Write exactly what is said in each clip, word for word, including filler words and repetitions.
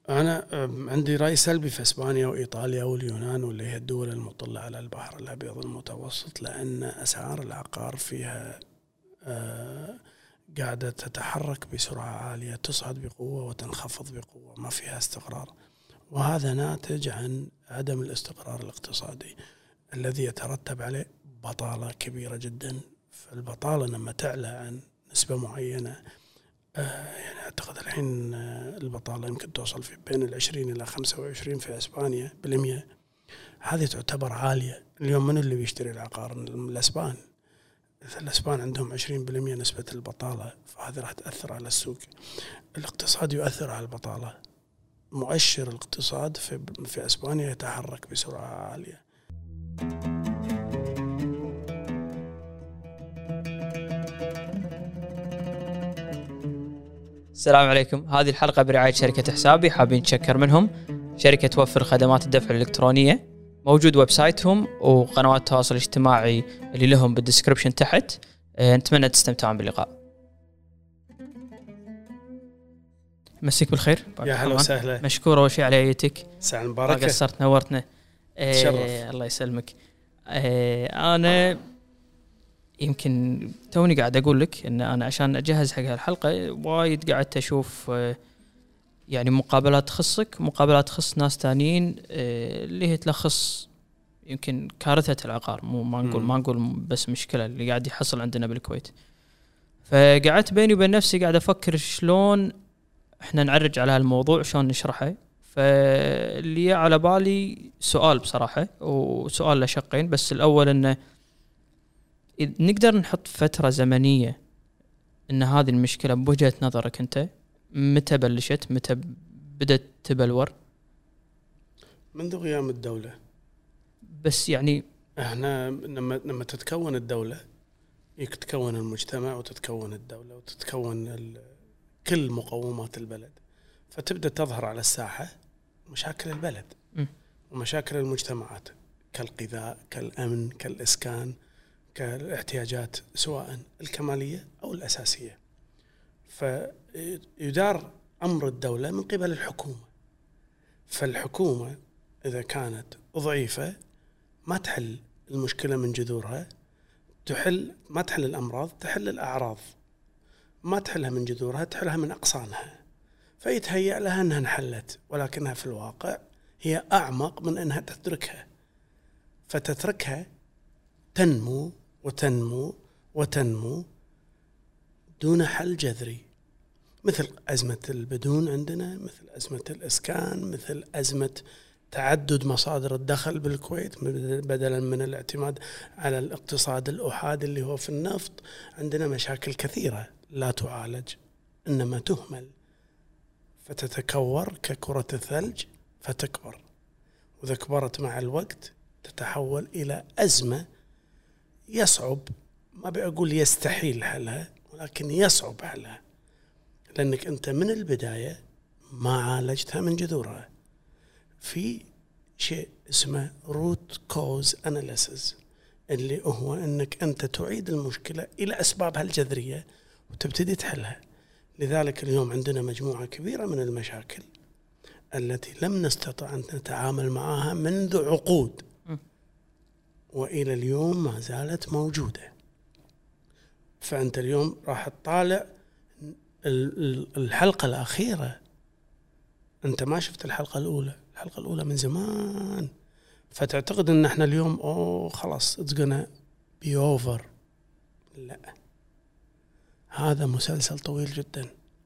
أنا عندي رأي سلبي في إسبانيا وإيطاليا واليونان واللي هي الدول المطلة على البحر الأبيض المتوسط، لأن أسعار العقار فيها قاعدة تتحرك بسرعة عالية، تصعد بقوة وتنخفض بقوة، ما فيها استقرار، وهذا ناتج عن عدم الاستقرار الاقتصادي الذي يترتب عليه بطالة كبيرة جدا. فالبطالة لما تعلى عن نسبة معينة، آه يعني أعتقد الحين آه البطالة يمكن توصل في بين العشرين إلى خمسة وعشرين في إسبانيا بالمية، هذه تعتبر عالية. اليوم من اللي بيشتري العقار؟ الأسبان. الأسبان عندهم عشرين بالمية نسبة البطالة، فهذا راح تأثر على السوق. الاقتصاد يؤثر على البطالة، مؤشر الاقتصاد في في إسبانيا يتحرك بسرعة عالية. السلام عليكم. هذه الحلقة برعاية شركة حسابي، حابين نشكر منهم. شركة توفر خدمات الدفع الإلكترونية، موجود ويب سايتهم وقنوات التواصل الاجتماعي اللي لهم بالديسكريبشن تحت. نتمنى تستمتعون باللقاء. مسيك بالخير. يا هلا وسهلا. مشكور أول شيء على عيتك. ساعة مباركة. قصرت نورتنا. تشرف. اه الله يسلمك. اه أنا يمكن توني قاعد أقول لك إن أنا عشان أجهز حق هالحلقة وايد قاعدت أشوف يعني مقابلات تخصك، مقابلات تخص ناس تانيين اللي هي تلخص يمكن كارثة العقار، مو ما نقول ما نقول بس مشكلة اللي قاعد يحصل عندنا بالكويت. فقعدت بيني وبين نفسي قاعد أفكر شلون إحنا نعرج على هالموضوع، شلون نشرحه. فاللي على بالي سؤال بصراحة، وسؤال لشقين. بس الأول إنه نقدر نحط فترة زمنية إن هذه المشكلة بوجهة نظرك أنت متى بلشت، متى بدأت تبلور؟ منذ قيام الدولة. بس يعني احنا لما لما تتكون الدولة يتكون المجتمع وتتكون الدولة وتتكون كل مقومات البلد، فتبدأ تظهر على الساحة مشاكل البلد م. ومشاكل المجتمعات كالغذاء، كالأمن، كالإسكان، كالاحتياجات سواء الكمالية أو الأساسية. فيدار أمر الدولة من قبل الحكومة. فالحكومة إذا كانت ضعيفة ما تحل المشكلة من جذورها، تحل ما تحل الأمراض، تحل الأعراض، ما تحلها من جذورها، تحلها من أقصانها. فيتهيأ لها أنها انحلت، ولكنها في الواقع هي أعمق من أنها تتركها. فتتركها تنمو وتنمو وتنمو دون حل جذري، مثل أزمة البدون عندنا، مثل أزمة الإسكان، مثل أزمة تعدد مصادر الدخل بالكويت بدلا من الاعتماد على الاقتصاد الأحادي اللي هو في النفط. عندنا مشاكل كثيرة لا تعالج، إنما تهمل، فتتكور ككرة الثلج فتكبر، وإذا كبرت مع الوقت تتحول إلى أزمة يصعب، ما بأقول يستحيل حلها، ولكن يصعب حلها، لأنك أنت من البداية ما عالجتها من جذورها. في شيء اسمه root cause analysis، اللي هو أنك أنت تعيد المشكلة إلى أسبابها الجذرية وتبتدي تحلها. لذلك اليوم عندنا مجموعة كبيرة من المشاكل التي لم نستطع أن نتعامل معها منذ عقود، وإلى اليوم ما زالت موجودة. فأنت اليوم راح تطالع الحلقة الأخيرة، أنت ما شفت الحلقة الأولى. الحلقة الأولى من زمان، فتعتقد أن احنا اليوم أوه خلاص it's gonna be over. لا، هذا مسلسل طويل جدا،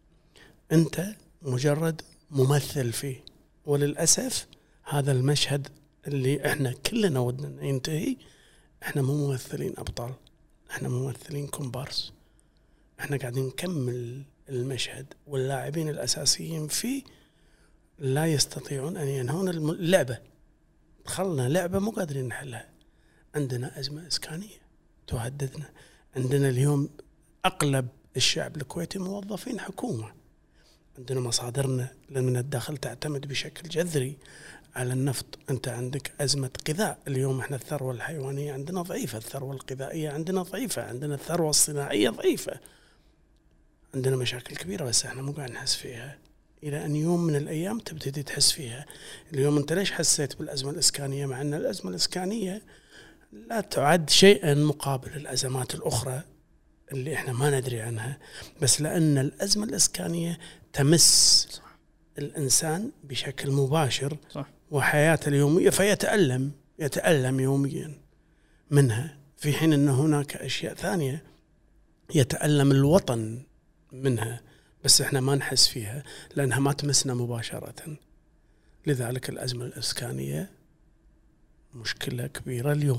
أنت مجرد ممثل فيه. وللأسف هذا المشهد اللي احنا كلنا ودنا ينتهي، احنا مو ممثلين أبطال، احنا ممثلين كومبارس. احنا قاعدين نكمل المشهد، واللاعبين الأساسيين فيه لا يستطيعون أن ينهون اللعبة. دخلنا لعبة مو قادرين نحلها. عندنا أزمة إسكانية تهددنا. عندنا اليوم أغلب الشعب الكويتي موظفين حكومة. عندنا مصادرنا من الدخل تعتمد بشكل جذري على النفط. أنت عندك أزمة غذاء. اليوم إحنا الثروة الحيوانية عندنا ضعيفة، الثروة الغذائية عندنا ضعيفة، عندنا الثروة الصناعية ضعيفة. عندنا مشاكل كبيرة بس إحنا مو قاعد نحس فيها. إلى أن يوم من الأيام تبتدي تحس فيها. اليوم أنت ليش حسيت بالأزمة الإسكانية مع أن الأزمة الإسكانية لا تعد شيئا مقابل الأزمات الأخرى اللي إحنا ما ندري عنها، بس لأن الأزمة الإسكانية تمس صح. الإنسان بشكل مباشر صح. وحياته اليومية، فيتألم يتألم يوميا منها، في حين أن هناك أشياء ثانية يتألم الوطن منها بس إحنا ما نحس فيها لأنها ما تمسنا مباشرة. لذلك الأزمة الإسكانية مشكلة كبيرة اليوم.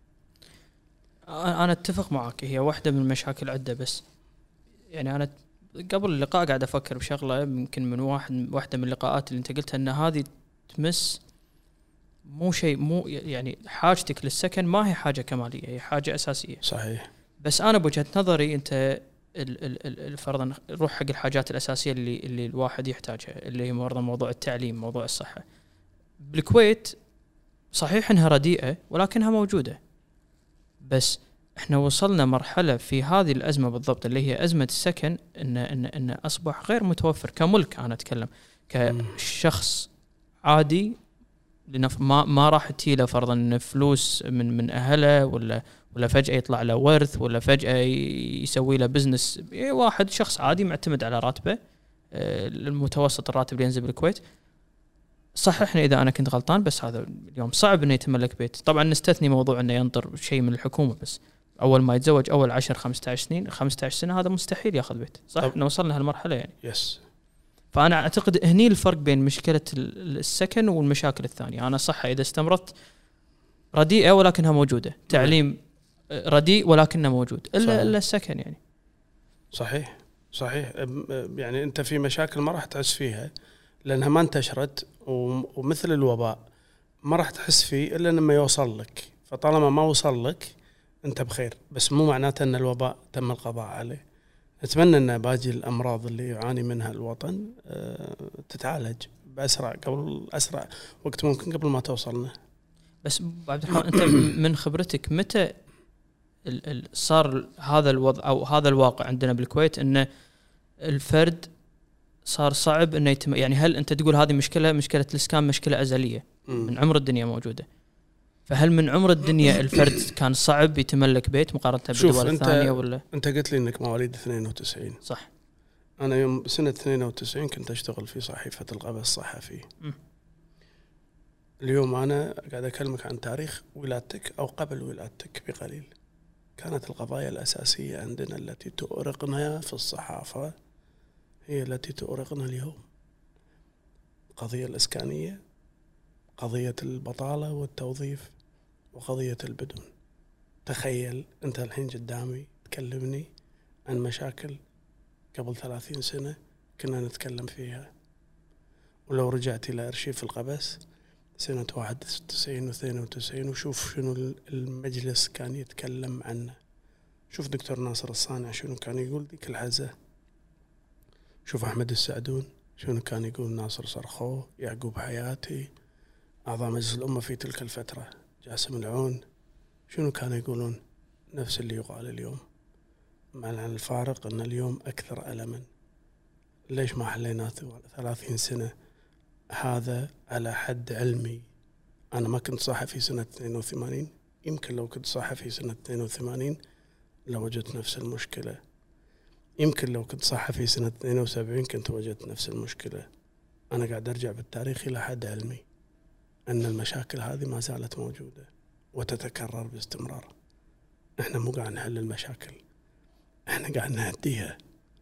أنا أتفق معك، هي واحدة من المشاكل عدة، بس يعني أنا قبل اللقاء قاعد أفكر بشغلة يمكن من واحد واحدة من اللقاءات اللي أنت قلتها أن هذه تمس مو شيء مو يعني حاجتك للسكن ما هي حاجة كمالية، هي حاجة أساسية. صحيح. بس أنا بوجهة نظري أنت فرضا روح حق الحاجات الأساسية اللي اللي الواحد يحتاجها، اللي هي مرضى موضوع التعليم، موضوع الصحة. بالكويت صحيح إنها رديئة ولكنها موجودة، بس إحنا وصلنا مرحلة في هذه الأزمة بالضبط اللي هي أزمة السكن إن إن إن أصبح غير متوفر كملك. أنا أتكلم كشخص عادي لنف ما ما راح تجيله فرضا فلوس من من أهله، ولا ولا فجأة يطلع له ورث، ولا فجأة يسوي له بزنس. واحد شخص عادي معتمد على راتبه المتوسط، الراتب اللي ينزل بالكويت. صححني إذا أنا كنت غلطان، بس هذا اليوم صعب إنه يتملك بيت. طبعا نستثني موضوع إنه ينطر شيء من الحكومة، بس أول ما يتزوج أول عشر خمسة عشر سنين خمسة عشر سنة هذا مستحيل يأخذ بيت. صح إنه وصلنا هالمرحلة يعني. يس. فأنا أعتقد هني الفرق بين مشكلة السكن والمشاكل الثانية. أنا صح إذا استمرت رديئة ولكنها موجودة، تعليم رديء ولكنه موجود، إلا إلا السكن يعني. صحيح صحيح. يعني أنت في مشاكل ما راح تحس فيها لأنها ما انتشرت، ومثل الوباء ما راح تحس فيه إلا لما يوصل لك. فطالما ما وصل لك أنت بخير، بس مو معناته أن الوباء تم القضاء عليه. أتمنى أن باقي الأمراض اللي يعاني منها الوطن تتعالج بأسرع، قبل أسرع وقت ممكن، قبل ما توصلنا. بس عبد الرحمن أنت من خبرتك متى صار هذا الوضع أو هذا الواقع عندنا بالكويت أن الفرد صار صعب أنه يتم؟ يعني هل أنت تقول هذه مشكلة مشكلة الإسكان مشكلة أزلية من عمر الدنيا موجودة، فهل من عمر الدنيا الفرد كان صعب يتملك بيت مقارنة بالدول الثانية؟ ولا أنت قلت لي أنك مواليد اثنين وتسعين صح؟ أنا يوم سنة اثنين وتسعين كنت أشتغل في صحيفة القبس الصحفي. م. اليوم أنا قاعد أكلمك عن تاريخ ولادتك أو قبل ولادتك بقليل. كانت القضايا الأساسية عندنا التي تؤرقنا في الصحافة هي التي تؤرقنا اليوم. قضية الإسكانية، قضية البطالة والتوظيف، وقضية البدون. تخيل أنت الحين قدامي تكلمني عن مشاكل قبل ثلاثين سنة كنا نتكلم فيها. ولو رجعت إلى أرشيف القبس سنة واحد وتسعين واثنين وتسعين وشوف شنو المجلس كان يتكلم عنه، شوف دكتور ناصر الصانع شنو كان يقول ذيك الحزة، شوف أحمد السعدون شنو كان يقول، ناصر صرخوه، يعقوب حياتي، أعضاء مجلس الأمة في تلك الفترة، جاسم العون، شنو كانوا يقولون؟ نفس اللي يقال اليوم، مع الفارق أن اليوم أكثر ألما. ليش ما حلينا ثلاثين سنة؟ هذا على حد علمي. أنا ما كنت صحفي سنة اثنين وثمانين، يمكن لو كنت صحفي سنة اثنين وثمانين لو وجدت نفس المشكلة، يمكن لو كنت صحفي سنة اثنين وسبعين كنت وجدت نفس المشكلة. أنا قاعد أرجع بالتاريخ إلى حد علمي أن المشاكل هذه ما زالت موجودة وتتكرر باستمرار. إحنا مو قاعد نحل المشاكل، إحنا قاعد نهديها.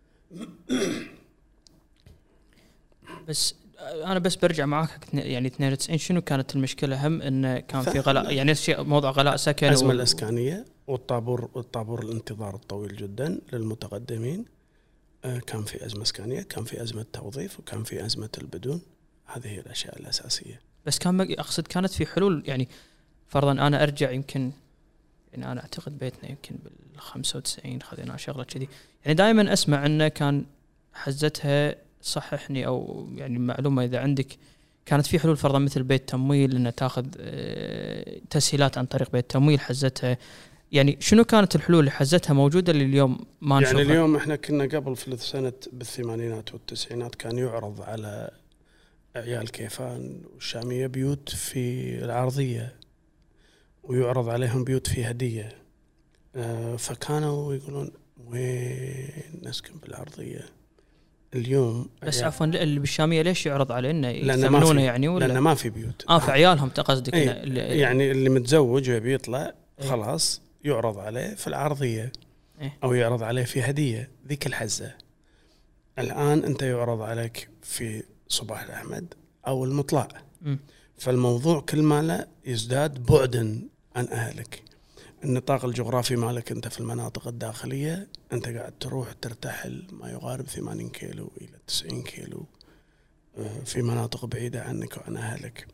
بس أنا بس برجع معاك يعني اثنين وتسعين شنو كانت المشكلة؟ هم إن كان في غلاء، يعني شيء موضوع غلاء سكن، أزمة و... الإسكانية والطابور والطابور الانتظار الطويل جدا للمتقدمين. آه كان في أزمة إسكانية، كان في أزمة توظيف، وكان في أزمة البدون. هذه هي الأشياء الأساسية. بس كان أقصد كانت في حلول. يعني فرضا أنا أرجع يمكن يعني أنا أعتقد بيتنا يمكن بالخمسة وتسعين خذينا شغلة كذي. يعني دائما أسمع أنه كان حزتها، صححني أو يعني معلومة إذا عندك، كانت في حلول فرضا مثل بيت تمويل، أنها تأخذ تسهيلات عن طريق بيت تمويل، حزتها يعني شنو كانت الحلول اللي حزتها موجودة اللي اليوم ما نشوفها؟ يعني اليوم احنا كنا قبل في السنة بالثمانينات والتسعينات كان يعرض على عيال كيفان والشامية بيوت في العرضية ويعرض عليهم بيوت في هدية. آه فكانوا يقولون وين نسكن بالعرضية اليوم. بس عفوا اللي بالشامية ليش يعرض علينا يثمنونه يعني ولا لأن ما في بيوت اه في عيالهم تقصدك؟ ايه يعني اللي متزوج وبيطلع خلاص يعرض عليه في العرضية إيه؟ أو يعرض عليه في هدية. ذيك الحزة. الآن أنت يعرض عليك في صباح الأحمد أو المطلع. م. فالموضوع كل ما لا يزداد بعدا عن أهلك. النطاق الجغرافي مالك أنت في المناطق الداخلية أنت قاعد تروح ترتحل ما يقارب ثمانين كيلو إلى تسعين كيلو في مناطق بعيدة عنك وعن أهلك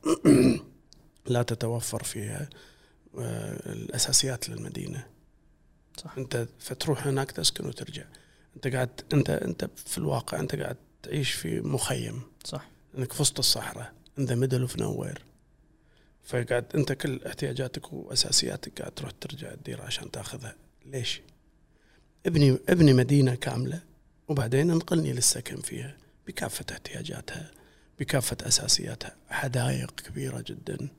لا تتوفر فيها الأساسيات للمدينة. صح. أنت فتروح هناك تسكن وترجع. أنت قاعد أنت أنت في الواقع أنت قاعد تعيش في مخيم. صح. أنك في وسط الصحراء in the middle of nowhere. فقاعد أنت كل احتياجاتك وأساسياتك قاعد تروح ترجع الديرة عشان تأخذها. ليش؟ ابني ابني مدينة كاملة وبعدين انقلني للسكن فيها بكافة احتياجاتها بكافة أساسياتها. حدائق كبيرة جدا،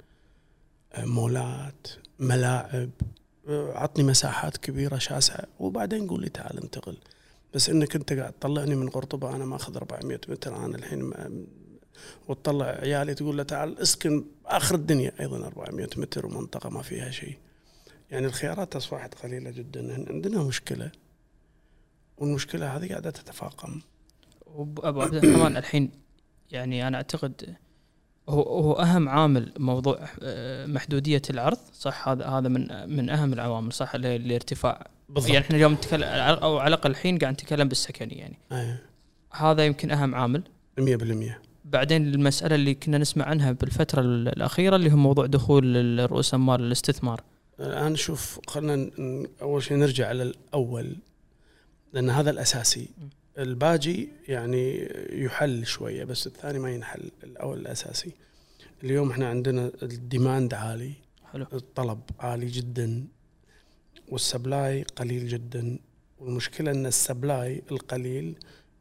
مولات، ملاعب، عطني مساحات كبيرة شاسعة وبعدين قول لي تعال انتقل. بس انك انت قاعد تطلعني من قرطبة انا ما اخذ أربعمية متر انا الحين وتطلع عيالي تقول له تعال اسكن اخر الدنيا ايضا أربعمية متر ومنطقة ما فيها شيء. يعني الخيارات اصبحت قليلة جدا. عندنا مشكلة والمشكلة هذه قاعدة تتفاقم. وابو عبد الرحمن الحين يعني انا اعتقد هو هو اهم عامل موضوع محدوديه العرض. صح. هذا هذا من من اهم العوامل. صح. الارتفاع بالضبط. يعني احنا اليوم نتكلم او على الاقل الحين قاعد نتكلم بالسكني يعني أيه. هذا يمكن اهم عامل مية بالمية. بعدين المساله اللي كنا نسمع عنها بالفتره الاخيره اللي هو موضوع دخول رؤوس اموال الاستثمار. الان شوف خلينا اول شيء نرجع على الاول لان هذا الاساسي. الباجي يعني يحل شوية بس الثاني ما ينحل. الأول الأساسي اليوم احنا عندنا الديماند عالي. حلو. الطلب عالي جدا والسبلاي قليل جدا. والمشكلة أن السبلاي القليل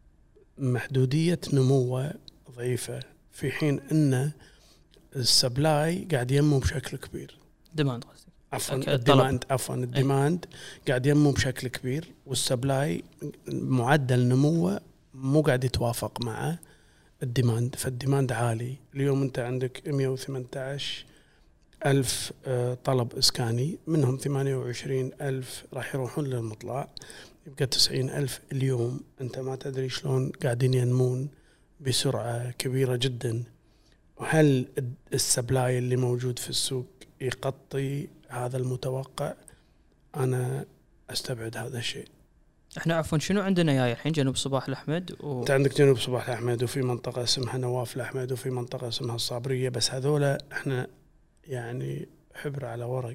محدودية نموه ضعيفة في حين أن السبلاي قاعد ينمو بشكل كبير. ديماند عفوا الديماند عفوا الديماند قاعد ينمو بشكل كبير والسبلاي معدل نموه مو قاعد يتوافق مع الديماند. فالديماند عالي. اليوم انت عندك مية وثمانية عشر ألف طلب إسكاني منهم ثمانية وعشرين ألف راح يروحون للمطلع يبقى تسعين ألف اليوم. انت ما تدري شلون قاعدين ينمون بسرعة كبيرة جدا. وهل السبلاي اللي موجود في السوق يغطي هذا المتوقع؟ أنا أستبعد هذا الشيء. إحنا عفوا شنو عندنا يا الحين جنوب صباح الأحمد و... أنت عندك جنوب صباح الأحمد وفي منطقة اسمها نواف الأحمد وفي منطقة اسمها الصابرية. بس هذولا إحنا يعني حبر على ورق.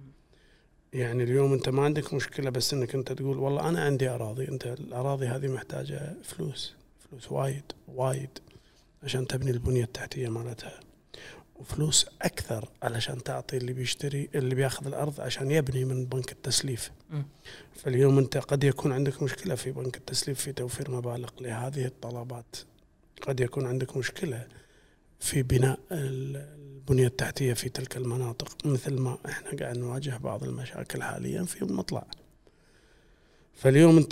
يعني اليوم أنت ما عندك مشكلة بس إنك أنت تقول والله أنا عندي أراضي. أنت الأراضي هذه محتاجة فلوس فلوس وايد وايد عشان تبني البنية التحتية مالتها وفلوس أكثر علشان تعطي اللي بيشتري اللي بياخذ الأرض عشان يبني من بنك التسليف. م. فاليوم أنت قد يكون عندك مشكلة في بنك التسليف في توفير مبالغ لهذه الطلبات. قد يكون عندك مشكلة في بناء البنية التحتية في تلك المناطق مثل ما إحنا قاعد نواجه بعض المشاكل حاليا في المطلع. فاليوم أنت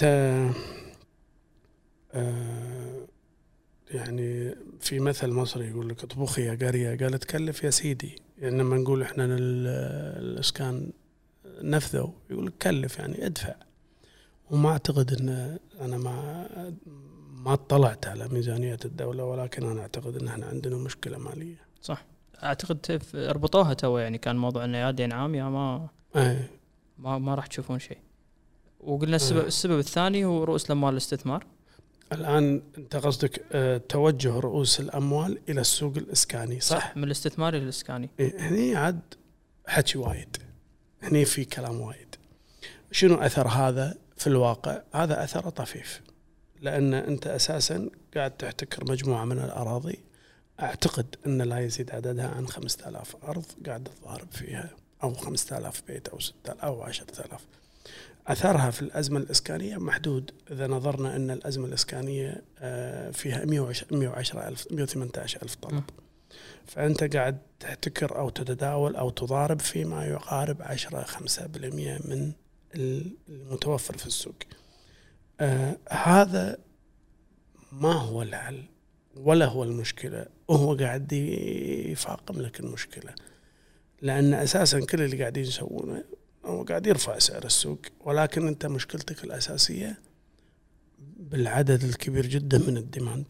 آه يعني في مثل مصري يقول لك اطبخي يا قرية قال تكلف يا سيدي. يعني لما نقول احنا الاسكان نفذوا يقول لك كلف يعني ادفع. وما اعتقد ان انا ما ما اطلعت على ميزانية الدولة ولكن انا اعتقد ان احنا عندنا مشكلة مالية. صح. اعتقد اربطوها تو يعني كان موضوع انه يا دين عام يا ما اي ما ما راح تشوفون شيء. وقلنا السبب أي. السبب الثاني هو رؤوس الاموال الاستثمار. الآن أنت قصدك أه توجه رؤوس الأموال إلى السوق الإسكاني صح؟ صح. من الاستثمار إلى الإسكاني. إيه هني عاد حكي وايد. هني في كلام وايد. شنو أثر هذا في الواقع؟ هذا أثر طفيف لأن أنت أساسا قاعد تحتكر مجموعة من الأراضي أعتقد أن لا يزيد عددها عن خمسة آلاف أرض قاعد تضارب فيها. أو خمسة آلاف بيت أو ستة آلاف أو عشرة آلاف. أثرها في الأزمة الإسكانية محدود إذا نظرنا أن الأزمة الإسكانية فيها مئة وعشرة ألف مئة وثمانية عشر ألف طلب، فأنت قاعد تحتكر أو تتداول أو تضارب فيما يقارب عشرة خمسة بالمئة من المتوفر في السوق. آه هذا ما هو الحل ولا هو المشكلة، وهو قاعد يفاقم لك المشكلة، لأن أساسا كل اللي قاعدين يسوونه هو قاعد يرفع سعر السوق، ولكن أنت مشكلتك الأساسية بالعدد الكبير جدا من الديماند.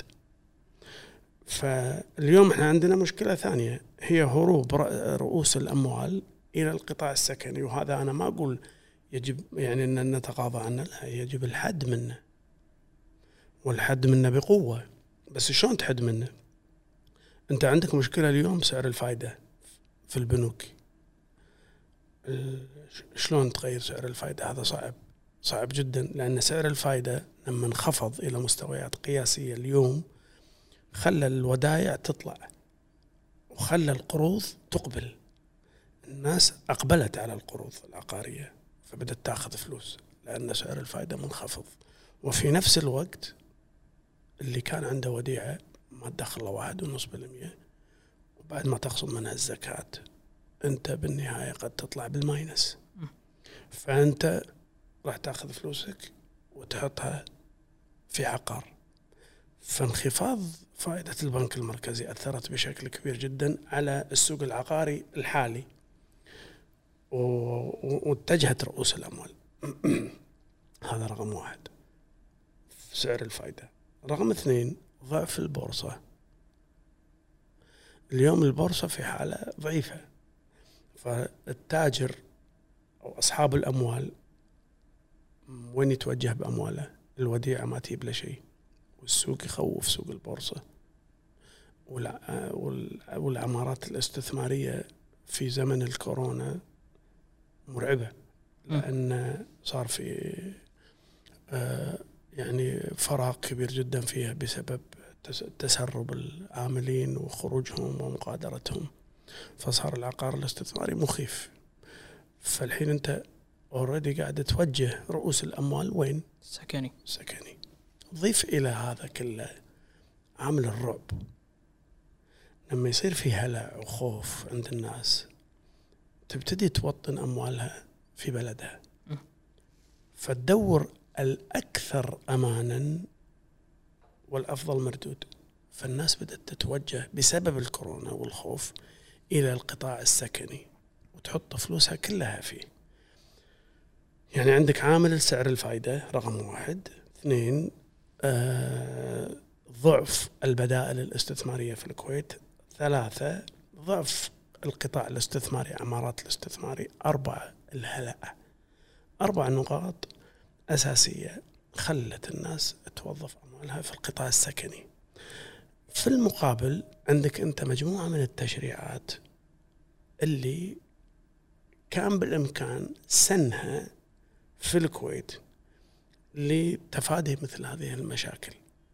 فاليوم احنا عندنا مشكلة ثانية هي هروب رؤوس الأموال إلى القطاع السكني، وهذا أنا ما أقول يجب يعني أن نتغاضى عنه، لا، يجب الحد منه، والحد منه بقوة. بس شلون تحد منه؟ أنت عندك مشكلة اليوم سعر الفائدة في البنوك، شلون تغير سعر الفائدة؟ هذا صعب صعب جدا، لأن سعر الفائدة لما انخفض إلى مستويات قياسية اليوم خلى الودائع تطلع وخلى القروض تقبل، الناس أقبلت على القروض العقارية فبدأت تأخذ فلوس لأن سعر الفائدة منخفض. وفي نفس الوقت اللي كان عنده وديعة ما تدخل له واحد ونص بالمية، وبعد ما تخصم منها الزكاة أنت بالنهاية قد تطلع بالماينس، فأنت راح تأخذ فلوسك وتحطها في عقار. فانخفاض فائدة البنك المركزي أثرت بشكل كبير جدا على السوق العقاري الحالي، واتجهت رؤوس الأموال. هذا رقم واحد في سعر الفائدة. رقم اثنين ضعف البورصة. اليوم البورصة في حالة ضعيفة، فالتاجر أو أصحاب الأموال وين يتوجه بأمواله؟ الوديعة ما تجيب له شيء، والسوق يخوف سوق البورصة، والعمارات الاستثمارية في زمن الكورونا مرعبة، لأن صار في يعني فراغ كبير جدا فيها بسبب تسرب العاملين وخروجهم ومغادرتهم، فصار العقار الاستثماري مخيف. فالحين أنت أوريدي قاعد توجه رؤوس الأموال وين؟ سكني سكني. ضيف إلى هذا كله عامل الرعب. لما يصير في هلع وخوف عند الناس تبتدي توطن أموالها في بلدها، فتدور الأكثر أمانا والأفضل مردود. فالناس بدأت تتوجه بسبب الكورونا والخوف إلى القطاع السكني وتحط فلوسها كلها فيه. يعني عندك عامل سعر الفائدة رقم واحد. اثنين آه ضعف البدائل الاستثمارية في الكويت. ثلاثة ضعف القطاع الاستثماري، عمارات الاستثماري. أربعة الهلع. أربع نقاط أساسية خلت الناس توظف أموالها في القطاع السكني. في المقابل عندك أنت مجموعة من التشريعات اللي كان بالإمكان سنها في الكويت لتفادي مثل هذه المشاكل،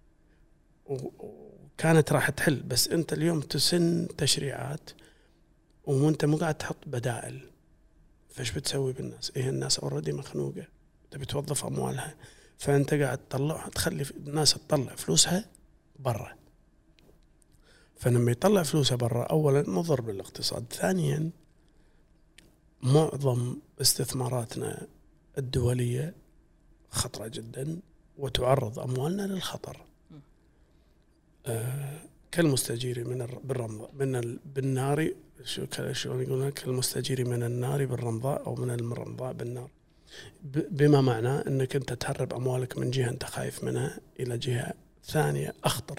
وكانت راح تحل. بس أنت اليوم تسن تشريعات وأنت مو قاعد تحط بدائل، فايش بتسوي بالناس؟ إيه الناس أوردي مخنوقة، تبي توظف أموالها، فأنت قاعد تطلعها، تخلي الناس تطلع فلوسها برا. فلما يطلع فلوسها برا أولا مضر بالاقتصاد، ثانيا معظم استثماراتنا الدولية خطرة جدا وتعرض أموالنا للخطر. آه كالمستجير من بالرمضاء من ال... بالنار، شو شلون يقولون، كالمستجير من النار بالرمضاء أو من الرمضاء بالنار، ب... بما معناه أنك أنت تهرب أموالك من جهة أنت خايف منها إلى جهة ثانية أخطر.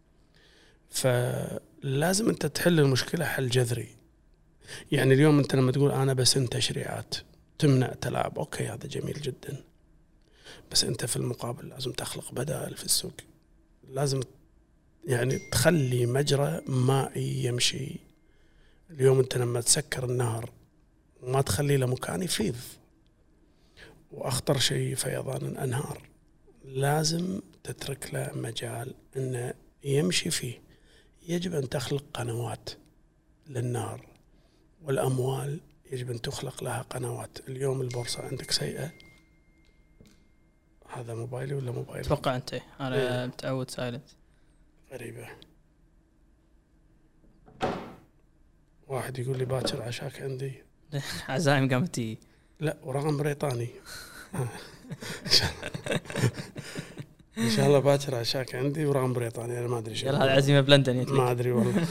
فلازم أنت تحل المشكلة حل جذري. يعني اليوم أنت لما تقول أنا بسن تشريعات تمنع تلاعب، أوكي هذا جميل جدا، بس أنت في المقابل لازم تخلق بدائل في السوق. لازم يعني تخلي مجرى مائي يمشي. اليوم أنت لما تسكر النهر ما تخلي له مكان يفيض، وأخطر شيء فيضان الأنهار، لازم تترك له مجال أنه يمشي فيه. يجب أن تخلق قنوات للنار والأموال يجب أن تخلق لها قنوات. اليوم البورصة عندك سيئة. هذا موبايلي ولا موبايلي؟ اتوقع انت. انا إيه؟ متعود سايلنت. غريبة. واحد يقول لي باكر عشاك عندي. عزايم قامتي. لا ورقم بريطاني. ان شاء الله باكر عشاك عندي ورقم بريطاني. انا ما ادري شو. يلا هذه عزيمه بلندن يتلك. ما ادري والله.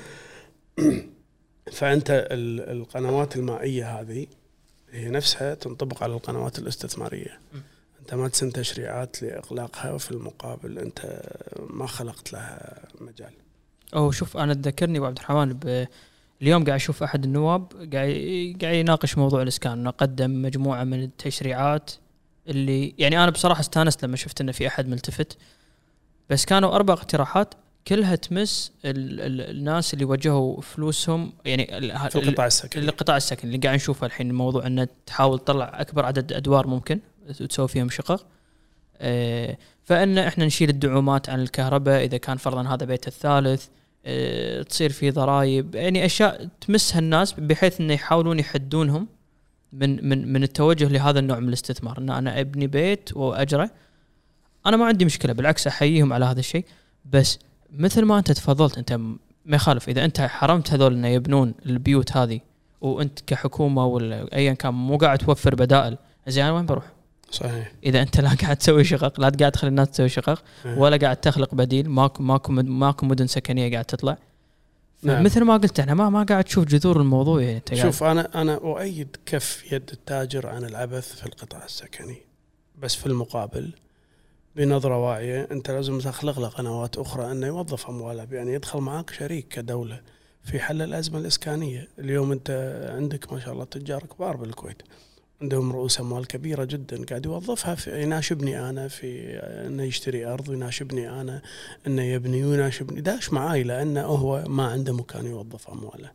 فانت القنوات المائيه هذه هي نفسها تنطبق على القنوات الاستثماريه. انت ما تسن تشريعات لاغلاقها، في المقابل انت ما خلقت لها مجال. او شوف انا تذكرني ابو عبد الرحمن ب... اليوم قاعد اشوف احد النواب قاعد قاعد يناقش موضوع الاسكان، قدم مجموعه من التشريعات اللي يعني انا بصراحه استانست لما شفت انه في احد ملتفت، بس كانوا اربع اقتراحات كلها تمس ال ال الناس اللي وجهوا فلوسهم يعني في القطاع السكني. القطاع السكني اللي قاعد نشوفه الحين، الموضوع انه تحاول تطلع اكبر عدد ادوار ممكن وتسوي فيهم شقق. اه فان احنا نشيل الدعومات عن الكهرباء اذا كان فرضا هذا بيت الثالث، اه تصير في ضرائب، يعني اشياء تمسها الناس بحيث انه يحاولون يحدونهم من من من التوجه لهذا النوع من الاستثمار، ان انا ابني بيت واجره. انا ما عندي مشكله، بالعكس احييهم على هذا الشيء، بس مثل ما انت تفضلت انت ما يخالف اذا انت حرمت هذول انه يبنون البيوت هذه وانت كحكومه ولا ايا كان مو قاعد توفر بدائل، زين انا وين بروح؟ صحيح. اذا انت لا قاعد تسوي شقق، لا قاعد تخلي الناس تسوي شقق ولا قاعد تخلق بديل، ماكو ماكو ماكو مدن سكنيه قاعد تطلع. نعم. مثل ما قلت احنا ما ما قاعد تشوف جذور الموضوع يعني. شوف انا انا اؤيد كف يد التاجر عن العبث في القطاع السكني، بس في المقابل بنظرة واعية أنت لازم تخلق له قنوات أخرى أنه يوظف أمواله، بأن يدخل معك شريك كدولة في حل الأزمة الإسكانية. اليوم أنت عندك ما شاء الله تجار كبار بالكويت عندهم رؤوس أموال كبيرة جدا قاعد يوظفها في، يناشبني أنا في أنه يشتري أرض، ويناشبني أنا أنه يبني، ويناشبني داش معاي لأنه هو ما عنده مكان يوظف أمواله.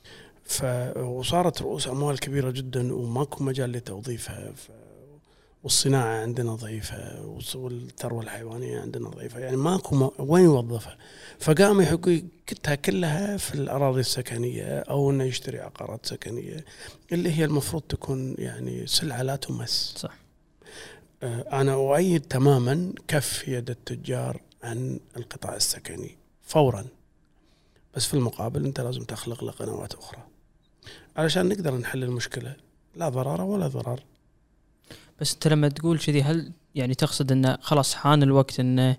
فصارت رؤوس أموال كبيرة جدا وماكو مجال لتوظيفها، والصناعة عندنا ضعيفة والثروة الحيوانية عندنا ضعيفة، يعني ماكو وين يوظفها. فقام يحكيتها كلها في الأراضي السكنية أو إنه يشتري عقارات سكنية اللي هي المفروض تكون يعني سلعة لا تمس. صح. أنا أؤيد تماما كف يد التجار عن القطاع السكني فورا، بس في المقابل أنت لازم تخلق له قنوات أخرى علشان نقدر نحل المشكلة، لا ضرر ولا ضرر. بس انت لما تقول كذي هل يعني تقصد انه خلاص حان الوقت انه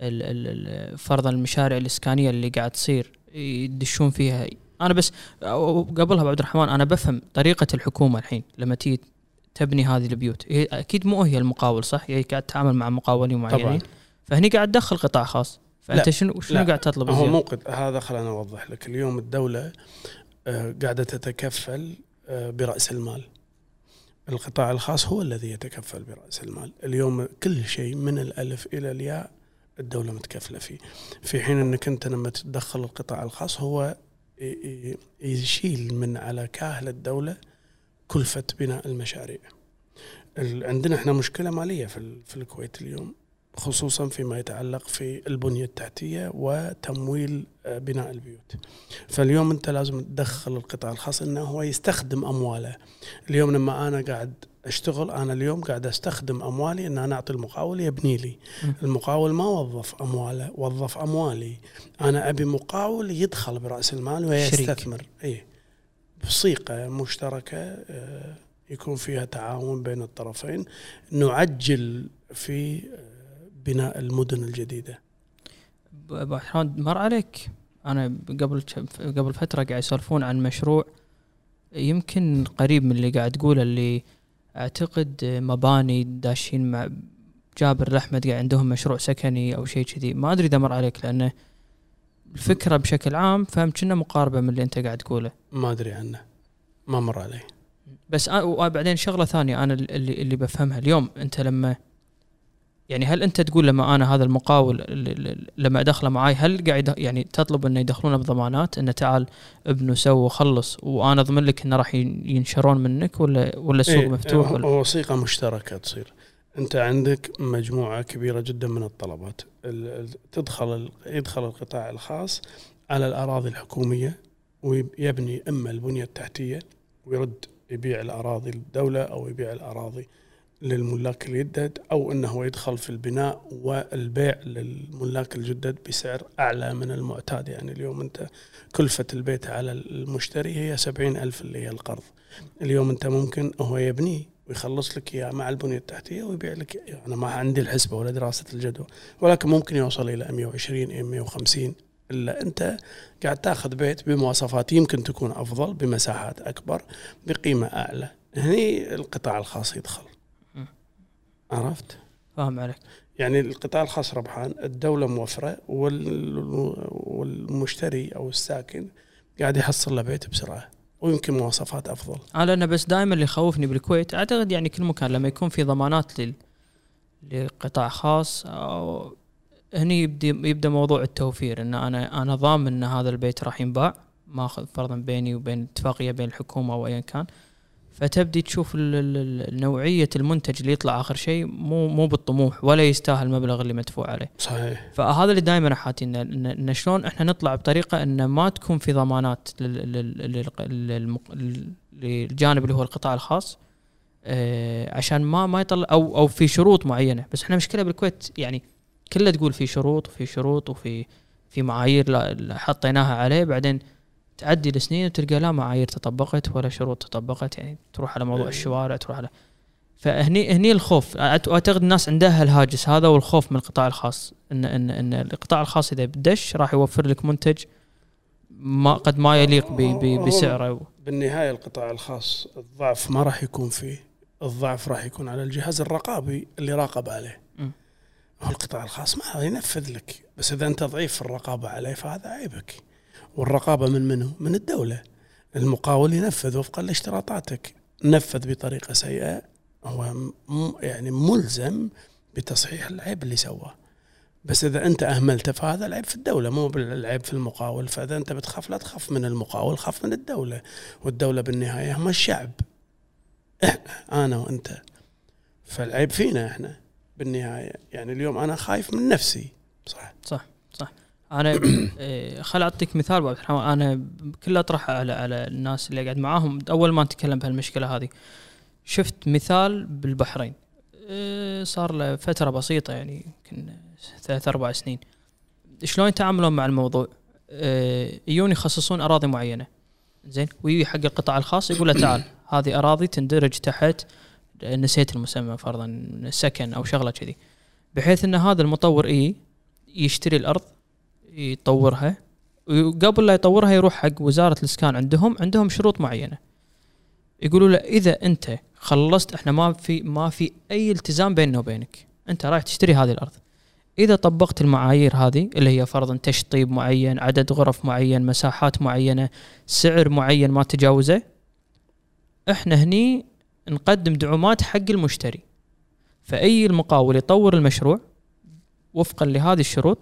فرضا المشاريع الاسكانيه اللي قاعد تصير يدشون فيها؟ انا بس قبلها عبد الرحمن انا بفهم طريقه الحكومه الحين لما تيجي تبني هذه البيوت، هي اكيد مو هي المقاول صح، هي قاعد تتعامل مع مقاولين معينين، فهني قاعد تدخل قطاع خاص، فانت شنو شنو قاعد تطلب؟ هو مو هذا، خلينا اوضح لك. اليوم الدوله قاعده تتكفل براس المال، القطاع الخاص هو الذي يتكفل برأس المال. اليوم كل شيء من الألف إلى الياء الدولة متكفلة فيه، في حين أنك أنت لما تدخل القطاع الخاص هو يشيل من على كاهل الدولة كلفة بناء المشاريع. عندنا احنا مشكلة مالية في الكويت اليوم، خصوصا فيما يتعلق في البنية التحتية وتمويل بناء البيوت. فاليوم أنت لازم تدخل القطاع الخاص أنه هو يستخدم أمواله. اليوم لما أنا قاعد أشتغل، أنا اليوم قاعد أستخدم أموالي أن أنا أعطي المقاول يبني لي. المقاول ما وظف أمواله، وظف أموالي. أنا أبي مقاول يدخل برأس المال ويستثمر، إيه بصيغة مشتركة يكون فيها تعاون بين الطرفين، نعجل في بناء المدن الجديدة. أبو أحمد مر عليك أنا قبل قبل فترة قاعد يسولفون عن مشروع يمكن قريب من اللي قاعد تقوله، اللي أعتقد مباني داشين مع جابر الأحمد قاعد عندهم مشروع سكني أو شيء كذي، ما أدري إذا مر عليك لأنه الفكرة بشكل عام فهم كنا مقاربة من اللي أنت قاعد تقوله. ما أدري عنه، ما مر عليه. بس وبعدين شغلة ثانية أنا اللي اللي بفهمها اليوم، أنت لما يعني هل أنت تقول لما أنا هذا المقاول لما أدخله معاي هل قاعد يعني تطلب إنه يدخلونه بضمانات إنه تعال ابنه سووا وخلص وأنا أضمن لك إنه راح ينشرون منك، ولا ولا السوق إيه مفتوح؟ ولا وثيقة مشتركة تصير. أنت عندك مجموعة كبيرة جدا من الطلبات، تدخل يدخل القطاع الخاص على الأراضي الحكومية ويبني إما البنية التحتية ويرد يبيع الأراضي للدولة أو يبيع الأراضي للملاك الجدد، أو أنه يدخل في البناء والبيع للملاك الجدد بسعر أعلى من المعتاد. يعني اليوم أنت كلفة البيت على المشتري هي سبعين ألف اللي هي القرض، اليوم أنت ممكن هو يبني ويخلص لك إياه مع البنية التحتية ويبيع لك إياه. أنا ما عندي الحسبة ولا دراسة الجدوى، ولكن ممكن يوصل إلى مئة وعشرين إلى مئة وخمسين، إلا أنت قاعد تأخذ بيت بمواصفات يمكن تكون أفضل، بمساحات أكبر، بقيمة أعلى. هني القطاع الخاص يدخل. عرفت؟ فاهم عليك. يعني القطاع الخاص ربحان، الدولة موفرة، والمشتري أو الساكن قاعد يحصل له بيت بسرعة ويمكن مواصفات أفضل. على أنا بس دائما اللي يخوفني بالكويت أعتقد يعني كل مكان لما يكون في ضمانات لل لقطاع خاص، أو هني يبدأ يبدأ موضوع التوفير، إن أنا أنا ضامن إن هذا البيت راح ينباع، ما أخذ فرضا بيني وبين اتفاقية بين الحكومة أو أيا كان، فتبدي تشوف نوعية المنتج اللي يطلع آخر شيء مو مو بالطموح ولا يستاهل المبلغ اللي مدفوع عليه. صحيح. فهذا اللي دائما حاتين إن شلون إحنا نطلع بطريقة إن ما تكون في ضمانات للجانب اللي هو القطاع الخاص، عشان ما ما يطلع أو أو في شروط معينة. بس إحنا مشكلة بالكويت يعني كله تقول في شروط وفي شروط وفي في معايير حطيناها عليه، بعدين تعدي السنين وتلقى لا معايير تطبقت ولا شروط تطبقت. يعني تروح على موضوع الشوارع، تروح على فهني هني الخوف. اعتقد الناس عندها الهاجس هذا والخوف من القطاع الخاص، ان ان ان القطاع الخاص اذا بدش راح يوفر لك منتج ما قد ما يليق بسعره. بالنهايه القطاع الخاص الضعف ما راح يكون فيه، الضعف راح يكون على الجهاز الرقابي اللي راقب عليه. م. هو القطاع الخاص ما ينفذ لك، بس اذا انت ضعيف في الرقابه عليه فهذا عيبك. والرقابة من منه؟ من الدولة. المقاول ينفذ وفقا لاشتراطاتك، نفذ بطريقة سيئة هو يعني ملزم بتصحيح العيب اللي سواه. بس إذا أنت أهملت فهذا العيب في الدولة مو بالعيب في المقاول. فإذا أنت بتخاف لا تخاف من المقاول، خاف من الدولة، والدولة بالنهاية هم الشعب، أنا وأنت. فالعيب فينا إحنا بالنهاية. يعني اليوم أنا خايف من نفسي. صح صح صح. أنا خل أعطيك مثال أبو عبد الرحمن. أنا كل أطرح على على الناس اللي قاعد معاهم أول ما نتكلم بهالمشكلة هذه. شفت مثال بالبحرين صار له فترة بسيطة، يعني يمكن ثلاث أربع سنين. شلون يتعاملون مع الموضوع؟ يجون يخصصون أراضي معينة، زين، ويجي حق القطاع الخاص يقول له تعال هذه أراضي تندرج تحت، نسيت المسمى، فرضا سكن أو شغلة كذي، بحيث أن هذا المطور إيه يشتري الأرض يطورها، وقبل لا يطورها يروح حق وزارة الإسكان، عندهم عندهم شروط معينة، يقولوا له إذا أنت خلصت، إحنا ما في ما في أي التزام بيننا وبينك، أنت رايح تشتري هذه الأرض، إذا طبقت المعايير هذه اللي هي فرضا تشطيب معين، عدد غرف معين، مساحات معينة، سعر معين ما تجاوزه، إحنا هني نقدم دعومات حق المشتري. فأي المقاول يطور المشروع وفقا لهذه الشروط،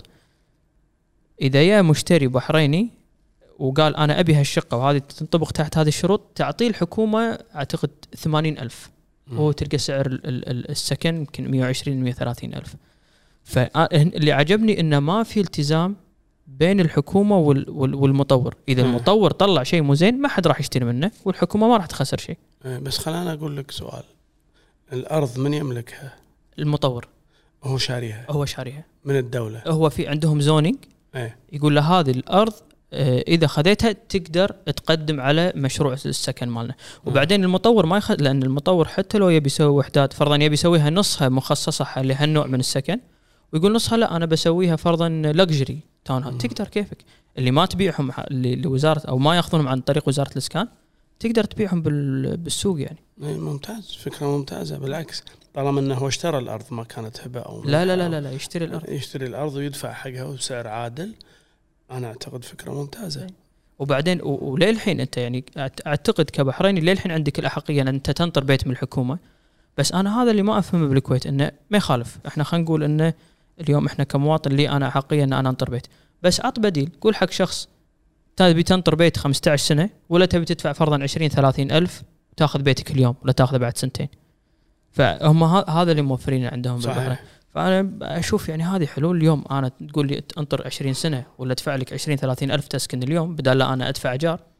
إذا يا مشتري بحريني وقال أنا أبي هالشقة وهذه تنطبق تحت هذه الشروط، تعطيه الحكومة أعتقد ثمانين ألف، هو تلقى سعر السكن يمكن مئة وعشرين مئة وثلاثين ألف. فاللي عجبني إنه ما في التزام بين الحكومة والمطور. إذا المطور طلع شيء مو زين ما حد راح يشتري منه، والحكومة ما راح تخسر شيء. بس خلينا أقول لك سؤال، الأرض من يملكها؟ المطور. هو شاريها؟ هو شاريها من الدولة. هو في عندهم زونينج، ايه؟ يقول له هذه الأرض إذا خذيتها تقدر تقدم على مشروع السكن مالنا. وبعدين المطور ما يخ... لأن المطور حتى لو يبي يسوي وحدات، فرضا يبي يسويها نصها مخصصة لهالنوع من السكن، ويقول نصها لا أنا بسويها فرضا لكجري تاون هاوس، تقدر كيفك. اللي ما تبيعهم لوزارة أو ما يأخذونهم عن طريق وزارة الإسكان تقدر تبيعهم بال... بالسوق يعني. ممتاز، فكرة ممتازة. بالعكس، طالما أنه هو اشترى الأرض ما كانت هبة أو لا لا لا لا, لا يشتري الأرض، يشتري الأرض ويدفع حقها بسعر عادل. أنا أعتقد فكرة ممتازة. وبعدين وليه الحين أنت يعني أعتقد كبحريني ليه الحين عندك الأحقية أن أنت تنطر بيت من الحكومة. بس أنا هذا اللي ما أفهمه بالكويت، إنه ما يخالف، إحنا خلينا نقول إنه اليوم إحنا كمواطن لي أنا أحقية أن أنا أنطر بيت، بس عط بديل، قول حق شخص تبي تنطر بيت خمسة عشر سنة ولا تبي تدفع فرضا عشرين ثلاثين ألف وتأخذ بيتك اليوم ولا تأخذه بعد سنتين. فهم هذا اللي موفرين عندهم بالبحرين. فأنا أشوف يعني هذه حلول. اليوم أنا تقول لي أنطر عشرين سنة ولا أدفع لك عشرين ثلاثين ألف تسكن اليوم بدل لا أنا أدفع إيجار.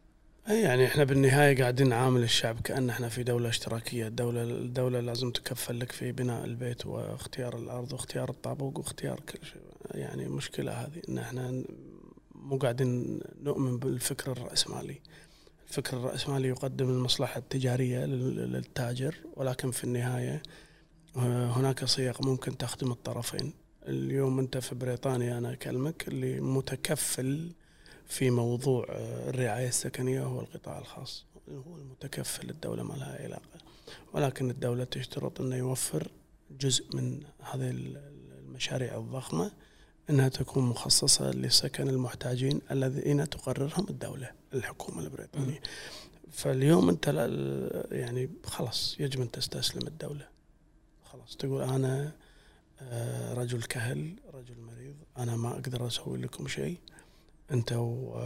اي يعني احنا بالنهايه قاعدين نعامل الشعب كأن احنا في دوله اشتراكيه. الدوله الدوله لازم تكفل لك في بناء البيت واختيار الارض واختيار الطابق واختيار كل شيء. يعني مشكله هذه ان احنا مو قاعدين نؤمن بالفكر الرأسمالي. الفكر الرأسمالي يقدم المصلحه التجاريه للتاجر، ولكن في النهايه هناك صيغ ممكن تخدم الطرفين. اليوم انت في بريطانيا، انا اكلمك اللي متكفل في موضوع الرعاية السكنية هو القطاع الخاص، هو المتكفل. الدولة ما لها علاقة، ولكن الدولة تشترط أنه يوفر جزء من هذه المشاريع الضخمة أنها تكون مخصصة لسكن المحتاجين الذين تقررهم الدولة، الحكومة البريطانية. فاليوم أنت يعني خلاص يجب أن تستسلم الدولة. خلاص تقول أنا رجل كهل، رجل مريض، أنا ما أقدر أسوي لكم شيء. أنتوا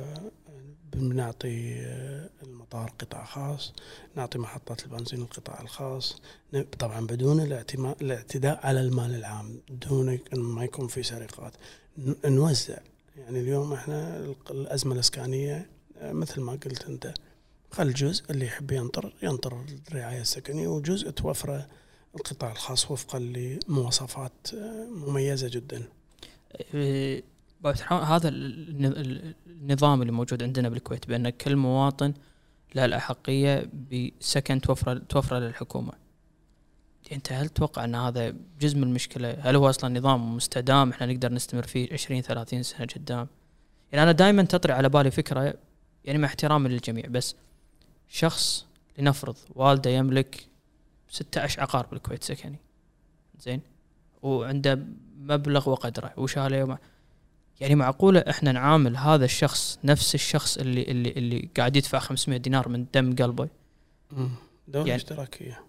بنعطي المطار قطاع خاص، نعطي محطات البنزين القطاع الخاص، طبعا بدون الاعتداء على المال العام، دون ما يكون في سرقات، نوزع. يعني اليوم احنا الأزمة الإسكانية مثل ما قلت أنت، خل جزء اللي يحب ينطر ينطر الرعاية السكنية، وجزء توفره القطاع الخاص وفقا لمواصفات مميزة جدا. هذا النظام اللي موجود عندنا بالكويت بأن كل مواطن له الأحقية بسكن توفر توفر للحكومة. أنت هل تتوقع أن هذا جزء من المشكلة؟ هل هو أصلا نظام مستدام إحنا نقدر نستمر فيه عشرين ثلاثين سنة قدام؟ يعني أنا دائما تطري على بالي فكرة، يعني مع احترامي للجميع، بس شخص لنفرض والده يملك ستة عشر عقار بالكويت سكني، زين، وعنده مبلغ وقدره وشاليه، يعني معقولة احنا نعامل هذا الشخص نفس الشخص اللي اللي اللي قاعد يدفع خمسمائة دينار من دم قلبه؟ دولة يعني اشتراكية.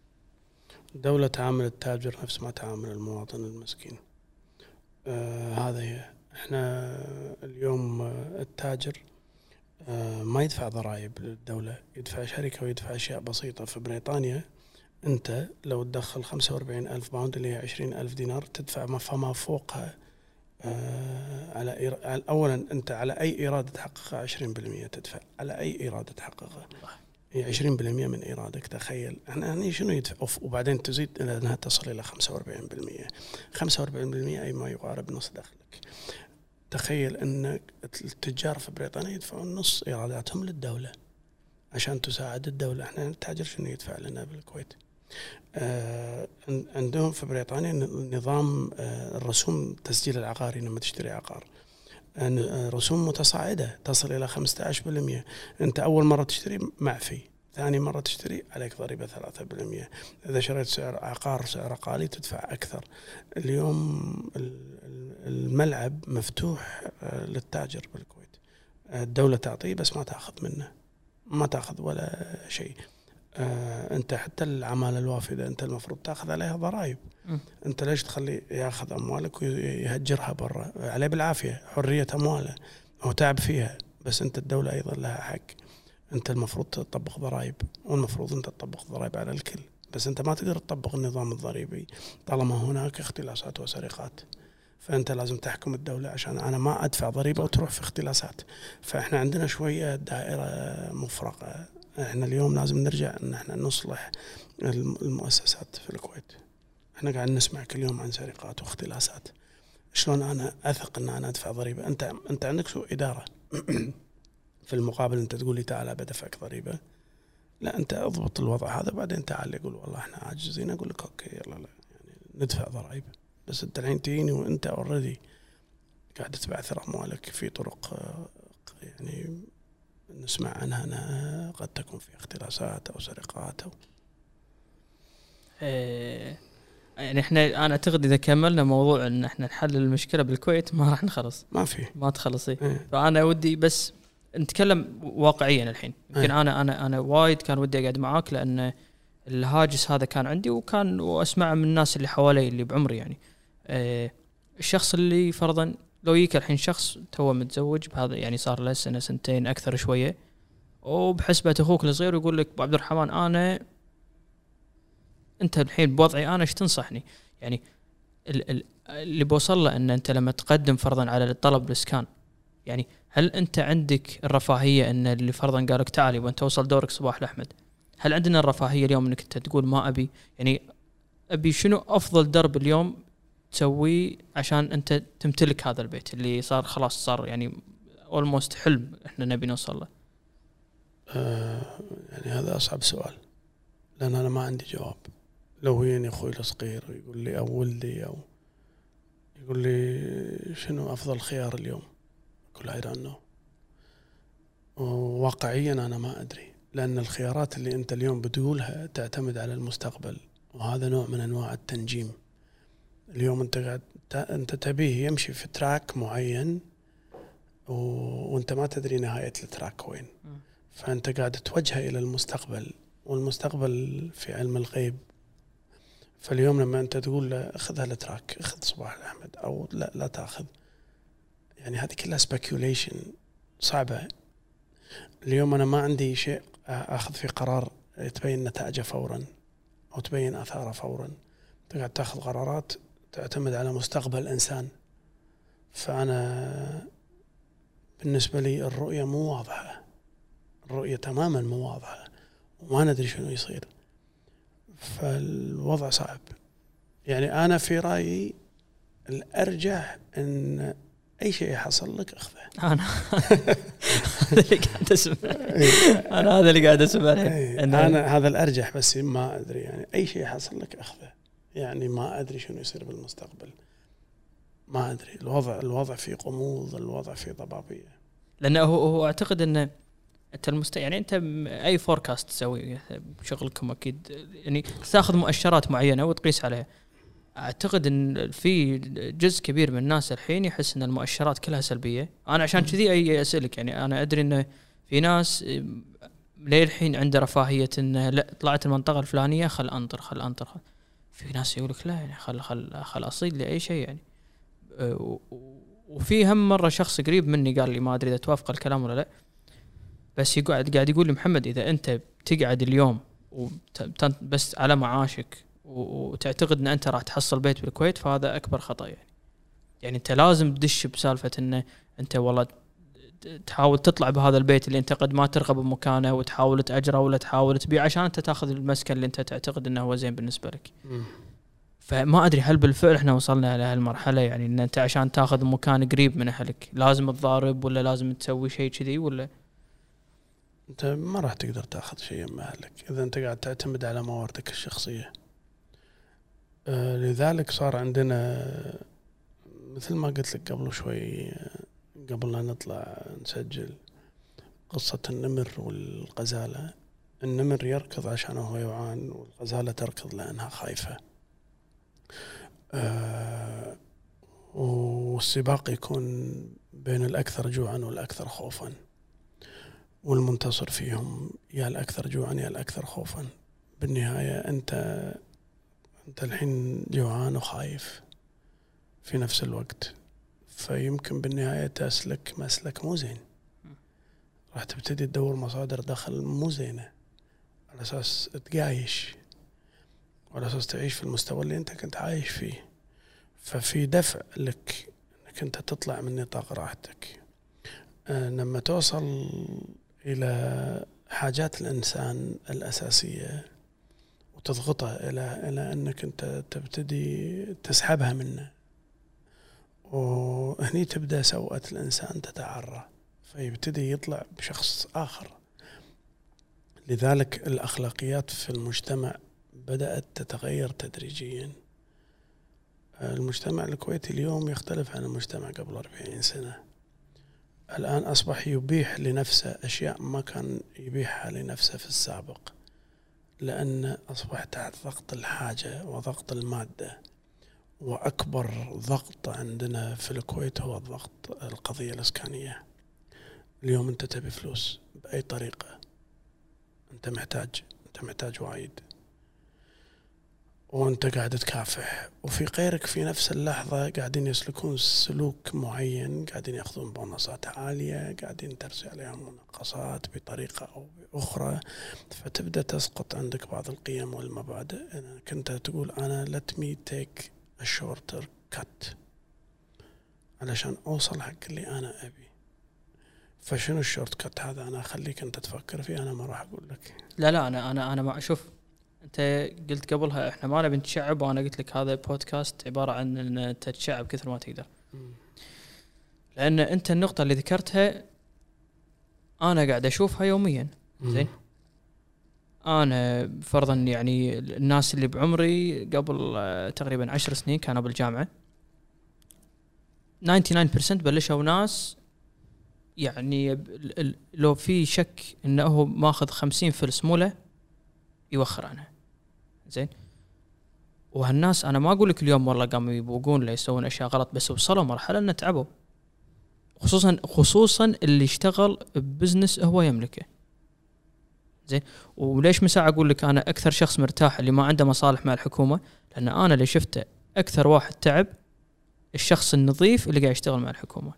دولة تعامل التاجر نفس ما تعامل المواطن المسكين. آه هذا هي. احنا اليوم التاجر آه ما يدفع ضرائب للدولة، يدفع شركة ويدفع أشياء بسيطة. في بريطانيا أنت لو تدخل خمسة وأربعين ألف باوند اللي هي عشرين ألف دينار تدفع فما فوقها آه على إير... أولا أنت على أي إيراد تحققها عشرين بالمئة تدفع، على أي إيراد تحققها هي عشرين بالمئة من إيرادك. تخيل احنا يعني شنو يدفع، وبعدين تزيد أنها تصل إلى خمسة وأربعين بالمئة. خمسة وأربعين بالمئة أي ما يقارب نص دخلك. تخيل أن التجار في بريطانيا يدفعون نص إيراداتهم للدولة عشان تساعد الدولة. احنا التاجر شنو يدفع لنا بالكويت؟ آه عندهم في بريطانيا نظام آه الرسوم التسجيل العقاري. لما تشتري عقار آه رسوم متصاعدة تصل إلى خمسة عشر بالمئة. أنت أول مرة تشتري معفي، ثاني مرة تشتري عليك ضريبة ثلاثة بالمئة. إذا شريت سعر عقار سعر قالي تدفع أكثر. اليوم الملعب مفتوح آه للتاجر بالكويت. آه الدولة تعطيه بس ما تأخذ منه، ما تأخذ ولا شيء. آه أنت حتى العمالة الوافدة أنت المفروض تأخذ عليها ضرائب. م. أنت ليش تخلي يأخذ أموالك ويهجرها برا؟ عليه بالعافية، حرية أمواله، هو تعب فيها، بس أنت الدولة أيضا لها حق. أنت المفروض تطبق ضرائب، والمفروض أنت تطبق ضرائب على الكل، بس أنت ما تقدر تطبق النظام الضريبي طالما هناك اختلاسات وسرقات. فأنت لازم تحكم الدولة عشان أنا ما أدفع ضريبة وتروح في اختلاسات. فإحنا عندنا شوية دائرة مفرقة. احنا اليوم لازم نرجع ان احنا نصلح المؤسسات في الكويت. احنا قاعد نسمع كل يوم عن سرقات واختلاسات. شلون انا اثق ان انا ادفع ضريبه؟ انت انت عندك سوء اداره في المقابل انت تقول لي تعال بدفعك ضريبه. لا، انت اضبط الوضع هذا بعدين تعال يقول والله احنا عاجزين، اقول لك اوكي يلا لا يعني ندفع ضرائب. بس انت الحين تجيني وانت اوريدي قاعد تبعثر اموالك في طرق يعني نسمع عنها أنها قد تكون في اختلاسات أو سرقات أو إيه. يعني إحنا أنا أعتقد إذا كملنا موضوع إن إحنا نحل المشكلة بالكويت ما راح نخلص، ما في ما تخلصي. إيه. فأنا ودي بس نتكلم واقعيا الحين. يمكن إيه. أنا أنا أنا وايد كان ودي أقعد معاك لأن الهاجس هذا كان عندي، وكان وأسمع من الناس اللي حوالي اللي بعمري. يعني إيه الشخص اللي فرضا لو يجيك الحين شخص توه متزوج بهذا، يعني صار له سنة سنتين أكثر شوية، وبحسبة أخوك الصغير ويقول لك أبو عبد الرحمن أنا أنت الحين بوضعي أنا إيش تنصحني؟ يعني اللي بوصل له أن أنت لما تقدم فرضا على الطلب الإسكان يعني هل انت عندك الرفاهيه ان اللي فرضا قالك تعال يبغى توصل دورك صباح الاحمد، هل عندنا الرفاهيه اليوم انك انت تقول ما ابي يعني ابي شنو افضل درب اليوم تسويه عشان انت تمتلك هذا البيت اللي صار خلاص صار يعني almost حلم احنا نبي نوصل له؟ آه يعني هذا اصعب سؤال، لان انا ما عندي جواب. لو يجيني اخوي الصغير ويقول لي او ولدي او يقول لي شنو افضل خيار اليوم، اقول I don't know. وواقعيا انا ما ادري، لان الخيارات اللي انت اليوم بتقولها تعتمد على المستقبل، وهذا نوع من انواع التنجيم. اليوم انت قاعد انت تبيه يمشي في تراك معين و... وانت ما تدري نهاية التراك وين، فانت قاعد توجهه الى المستقبل، والمستقبل في علم الغيب. فاليوم لما انت تقول له اخذ هالتراك، اخذ صباح الاحمد، او لا لا تاخذ، يعني هذه كلها speculation صعبة. اليوم انا ما عندي شيء اخذ في قرار تبين نتائجه فورا او تبين اثاره فورا، انت قاعد تاخذ قرارات تعتمد على مستقبل انسان. فانا بالنسبة لي الرؤية مو واضحة، الرؤية تماما مو واضحة، وما ندري شنو يصير، فالوضع صعب. يعني أنا في رأيي الأرجح أن أي شيء يحصل لك أخذه. أنا هذا اللي قاعد أسمع أنا هذا اللي قاعد أسمع أنا هذا الأرجح، بس ما أدري يعني أي شيء يحصل لك أخذه. يعني ما أدري شنو يصير بالمستقبل، ما أدري. الوضع الوضع في غموض، الوضع في ضبابية. لأنه هو أعتقد أنه أنت المست يعني أنت أي فوركاست تسوي بشغلكم أكيد يعني تأخذ مؤشرات معينة وتقيس عليها. أعتقد أن في جزء كبير من الناس الحين يحس أن المؤشرات كلها سلبية. أنا عشان كذي أي أسألك، يعني أنا أدري أن في ناس ليه الحين عنده رفاهية أن لا طلعت المنطقة الفلانية خل أنطر خل أنطر خل. في ناس يقولك لا يعني خل خل خل أصيد لأي شيء يعني. وفي هم مرة شخص قريب مني قال لي ما أدري إذا توافق الكلام ولا لا، بس يقعد قاعد يقول لي محمد إذا أنت بتقعد اليوم بس على معاشك وتعتقد أن أنت راح تحصل بيت بالكويت، فهذا أكبر خطأ. يعني يعني أنت لازم تدش بسالفة أن أنت والله تحاول تطلع بهذا البيت اللي أنت قد ما ترغب بمكانه وتحاول تأجره ولا تحاول تبيع عشان أنت تأخذ المسكن اللي أنت تعتقد أنه هو زين بالنسبة لك. فما أدري هل بالفعل إحنا وصلنا لهالمرحلة، يعني أن أنت عشان تأخذ مكان قريب من أهلك لازم تضارب ولا لازم تسوي شيء كذي، ولا أنت ما راح تقدر تأخذ شيء من أهلك إذا أنت قاعد تعتمد على مواردك الشخصية. آه لذلك صار عندنا مثل ما قلت لك قبل شوي قبل لا نطلع نسجل قصة النمر والغزالة. النمر يركض عشان هو يوعان، والغزالة تركض لأنها خايفة. آه والسباق يكون بين الأكثر جوعا والأكثر خوفا، والمنتصر فيهم يا الأكثر جوعا يا الأكثر خوفا. بالنهاية أنت أنت الحين جوعان وخايف في نفس الوقت، فيمكن بالنهاية تسلك مسلك مو زين، راح تبتدي تدور مصادر دخل مو زينة على أساس تقايش وعلى أساس تعيش في المستوى اللي أنت كنت عايش فيه. ففي دفع لك أنك أنت تطلع من نطاق راحتك. أه لما توصل إلى حاجات الإنسان الأساسية وتضغطها إلى إلى أنك أنت تبتدي تسحبها منه، وهني تبدأ سوءة الإنسان تتعرى، فيبتدي يطلع بشخص آخر. لذلك الأخلاقيات في المجتمع بدأت تتغير تدريجيا. المجتمع الكويتي اليوم يختلف عن المجتمع قبل أربعين سنة. الآن أصبح يبيح لنفسه أشياء ما كان يبيحها لنفسه في السابق، لأن أصبح تحت ضغط الحاجة وضغط المادة. وأكبر ضغط عندنا في الكويت هو الضغط القضية الإسكانية. اليوم أنت تبي فلوس بأي طريقة، أنت محتاج أنت محتاج وايد، وأنت قاعد تكافح، وفي غيرك في نفس اللحظة قاعدين يسلكون سلوك معين، قاعدين يأخذون بونصات عالية، قاعدين ترسي عليهم منقصات بطريقة أو بأخرى، فتبدأ تسقط عندك بعض القيم والمبادئ. كنت تقول أنا let me take a shorter cut علشان أوصل حق اللي أنا أبي. فشنو الشورت كات هذا؟ انا اخليك انت تفكر فيه، انا ما راح اقول لك. لا لا انا انا انا ما اشوف. انت قلت قبلها احنا ما نبي نتشعب، وانا قلت لك هذا بودكاست عباره عن ان انت تتشعب كثر ما تقدر. لان انت النقطه اللي ذكرتها انا قاعد اشوفها يوميا. زين، انا فرضا يعني الناس اللي بعمري قبل تقريبا عشر سنين كانوا بالجامعه، تسعة وتسعين بالمئة بلشوا ناس يعني لو في شك انه هو ماخذ خمسين فلس موله يوخر عنها. زين، وهالناس انا ما اقول لك اليوم والله قاموا يبوقون لا يسوون اشياء غلط، بس وصلوا مرحله ان تعبوا، خصوصا خصوصا اللي يشتغل ببزنس هو يملكه. زين، وليش مساء اقول لك انا اكثر شخص مرتاح اللي ما عنده مصالح مع الحكومه؟ لان انا اللي شفته اكثر واحد تعب الشخص النظيف اللي قاعد يشتغل مع الحكومه،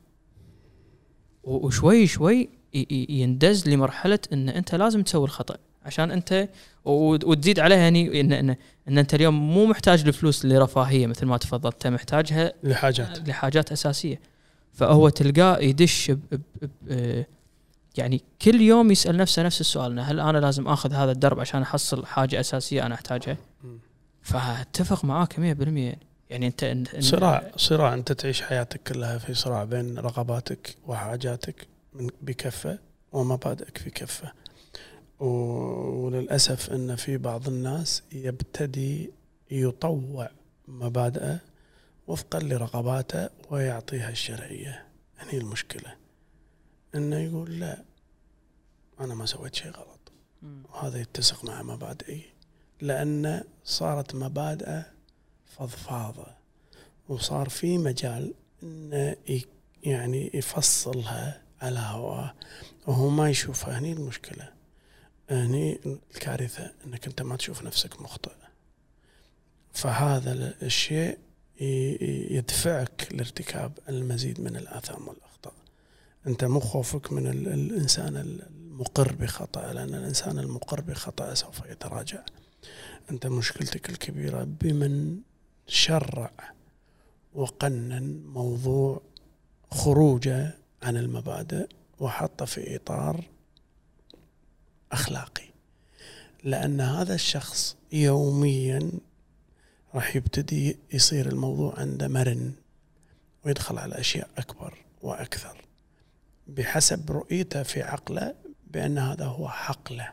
وشوي شوي يندز لمرحله ان انت لازم تسوي الخطا عشان انت وتزيد عليها يعني ان ان, إن انت اليوم مو محتاج الفلوس لرفاهيه مثل ما تفضلت، محتاجها لحاجات لحاجات اساسيه. فهو تلقاه يدش ب ب ب يعني كل يوم يسال نفسه نفس السؤال، هل انا لازم اخذ هذا الدرب عشان احصل حاجه اساسيه انا احتاجها؟ فاتفق معاك مية بالمية. يعني يعني انت, انت صراع صراع انت تعيش حياتك كلها في صراع بين رغباتك وحاجاتك من بكفه ومبادئك في كفه. وللأسف أن في بعض الناس يبتدي يطوع مبادئه وفقا لرغباته ويعطيها الشرعية. هني المشكلة، أنه يقول لا أنا ما سويت شيء غلط، وهذا يتسق مع مبادئي، لأن صارت مبادئه فضفاضة وصار في مجال أنه يعني يفصلها على هواه وهو ما يشوفها. هني المشكلة، هني الكارثة، أنك أنت ما تشوف نفسك مخطئ. فهذا الشيء يدفعك لارتكاب المزيد من الآثام والأخطاء. أنت مو خوفك من الإنسان المقر بخطأ، لأن الإنسان المقر بخطأ سوف يتراجع. أنت مشكلتك الكبيرة بمن شرع وقنن موضوع خروجه عن المبادئ وحطه في إطار أخلاقي، لأن هذا الشخص يوميا راح يبتدي يصير الموضوع عنده مرن ويدخل على أشياء أكبر وأكثر بحسب رؤيته في عقله بأن هذا هو حقله.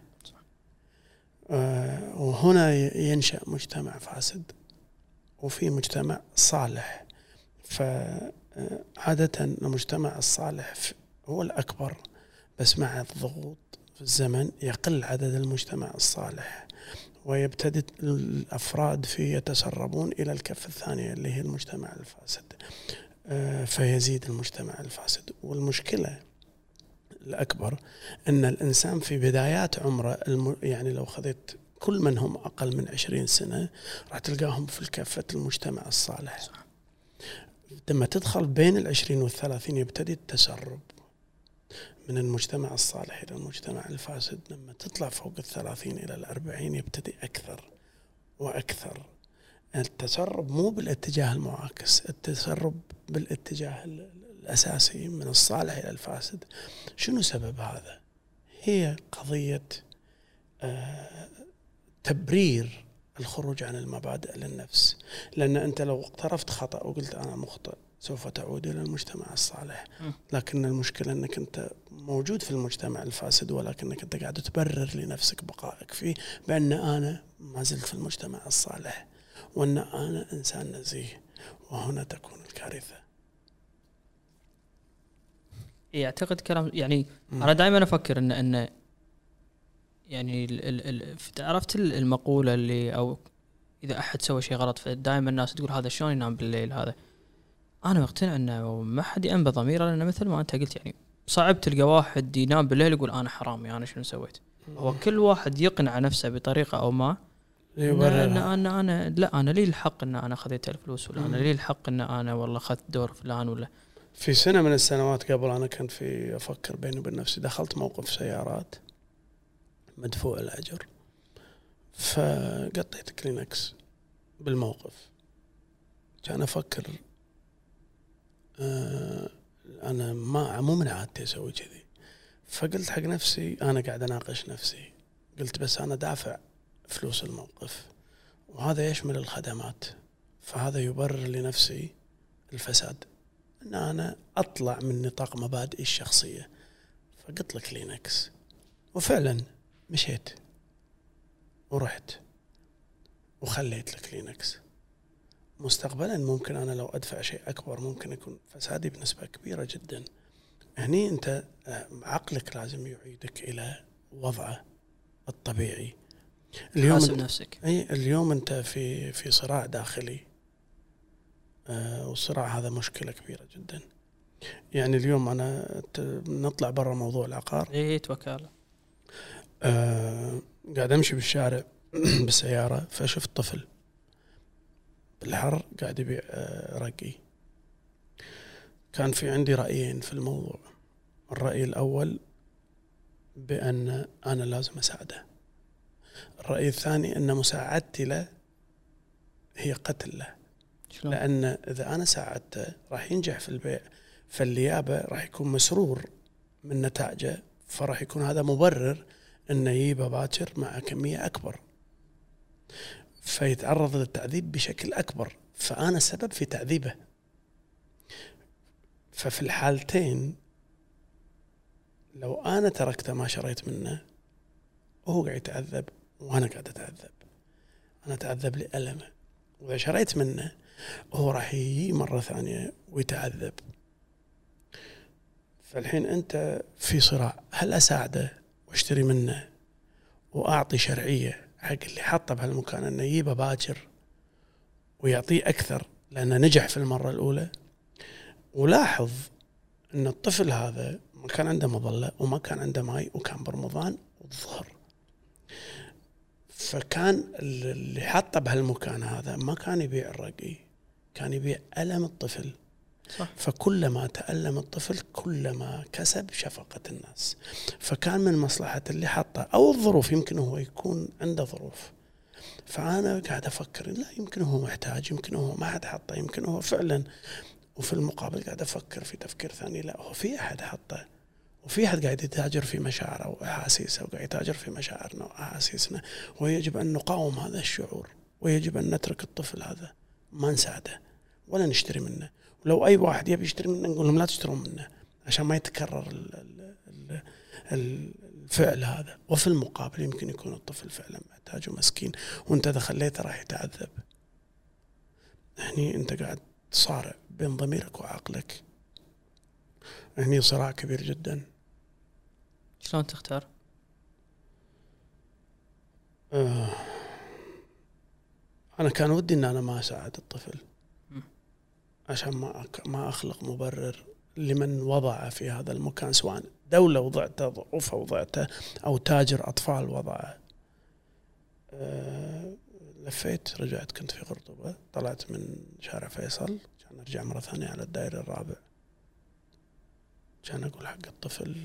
آه وهنا ينشأ مجتمع فاسد وفي مجتمع صالح. فعادة المجتمع الصالح هو الأكبر، بس مع الضغوط في الزمن يقل عدد المجتمع الصالح ويبتدئ الأفراد فيه يتسربون إلى الكفة الثانية اللي هي المجتمع الفاسد، فيزيد المجتمع الفاسد. والمشكلة الأكبر أن الإنسان في بدايات عمره، يعني لو خذت كل من هم أقل من عشرين سنة راح تلقاهم في الكفة المجتمع الصالح. لما تدخل بين العشرين والثلاثين يبتدي التسرب من المجتمع الصالح إلى المجتمع الفاسد. لما تطلع فوق الثلاثين إلى الأربعين يبتدي أكثر وأكثر التسرب، مو بالاتجاه المعاكس، التسرب بالاتجاه الأساسي من الصالح إلى الفاسد. شنو سبب هذا؟ هي قضية آه تبرير الخروج عن المبادئ للنفس. لأن أنت لو اقترفت خطأ وقلت أنا مخطئ سوف تعود إلى المجتمع الصالح، لكن المشكلة أنك أنت موجود في المجتمع الفاسد ولكنك أنت قاعد تبرر لنفسك بقائك فيه بأن أنا ما زلت في المجتمع الصالح وأن أنا إنسان نزيه، وهنا تكون الكارثة. يعتقد كلام يعني م. أنا دائما أفكر أن أن يعني ال ال ال عرفت المقولة اللي أو إذا أحد سوى شيء غلط فدائما الناس تقول هذا شلون ينام بالليل. هذا أنا مقتنع أنه ما حد ينام بضميره، لأنه مثل ما أنت قلت يعني صعب تلقى واحد ينام بالليل يقول أنا حرامي أنا شنو سويت. هو كل واحد يقنع نفسه بطريقة أو ما إن أنا, أنا أنا لا أنا لي الحق أن أنا خذيت الفلوس، ولا أنا لي الحق أن أنا والله أخذت دور فلان. ولا في سنة من السنوات قبل أنا كنت في أفكر بيني وبين نفسي، دخلت موقف سيارات مدفوع الأجر فقطيت كلينكس بالموقف. كان أفكر آه أنا ما مو من عادتي أسوي كذي، فقلت حق نفسي، أنا قاعد أناقش نفسي، قلت بس أنا دافع فلوس الموقف وهذا يشمل الخدمات، فهذا يبرر لنفسي الفساد أن أنا أطلع من نطاق مبادئي الشخصية. فقلت لك كلينكس، وفعلا مشيت ورحت وخليت الكلينكس. مستقبلا ممكن أنا لو أدفع شيء أكبر ممكن يكون فسادي بنسبة كبيرة جدا. هني أنت عقلك لازم يعيدك إلى وضعه الطبيعي. اليوم حاسب نفسك. أي اليوم أنت في في صراع داخلي، آه والصراع هذا مشكلة كبيرة جدا. يعني اليوم أنا نطلع برا موضوع العقار. إيه وكالة. آه قاعد أمشي بالشارع بالسيارة فشفت طفل بالحر قاعد يبيع آه رقي. كان في عندي رأيين في الموضوع. الرأي الأول بأن أنا لازم أساعده. الرأي الثاني أن مساعدتي له هي قتل له. شلون؟ لأن إذا أنا ساعدته راح ينجح في البيع، فالليابة راح يكون مسرور من نتائجه، فراح يكون هذا مبرر أنه يجيبه باكر مع كمية أكبر، فيتعرض للتعذيب بشكل أكبر، فأنا السبب في تعذيبه. ففي الحالتين لو أنا تركته ما شريت منه وهو قاعد يتعذب وأنا قاعد أتعذب، أنا أتعذب لألمه، وإذا شريت منه هو راح يجي مرة ثانية ويتعذب. فالحين أنت في صراع، هل أساعده واشتري منه وأعطي شرعية حق اللي حطه بهالمكان أنه يجيبه باكر ويعطيه أكثر لأنه نجح في المرة الأولى؟ ولاحظ أن الطفل هذا ما كان عنده مظلة وما كان عنده ماي وكان برمضان والظهر، فكان اللي حطه بهالمكان هذا ما كان يبيع الرقي، كان يبيع ألم الطفل. صح. فكلما تألم الطفل كلما كسب شفقة الناس، فكان من مصلحة اللي حطه أو الظروف، يمكن هو يكون عنده ظروف. فأنا قاعد أفكر لا يمكن هو محتاج، يمكن هو ما حد حطه، يمكن هو فعلا. وفي المقابل قاعد أفكر في تفكير ثاني، لا هو في أحد حطه، وفي أحد قاعد يتاجر في مشاعره وأحاسيسه، وقاعد يتاجر في مشاعرنا وأحاسيسنا، ويجب أن نقاوم هذا الشعور، ويجب أن نترك الطفل هذا ما نساعده ولا نشتري منه. ولو أي واحد يبي يشتري منه نقول لهم لا تشترون منه عشان ما يتكرر ال ال ال الفعل هذا. وفي المقابل يمكن يكون الطفل فعلا محتاج ومسكين وانت إذا خليته راح يتعذب. هني انت قاعد تصارع بين ضميرك وعقلك، هني صراع كبير جدا. شلون تختار؟ آه أنا كان ودي إن أنا ما أساعد الطفل عشان ما ما أخلق مبرر لمن وضعه في هذا المكان، سواء دولة وضعته، ضعوفة وضعته، أو تاجر أطفال وضعه. أه لفيت رجعت، كنت في قرطبة، طلعت من شارع فيصل كان أرجع مرة ثانية على الدائري الرابع، كان أقول حق الطفل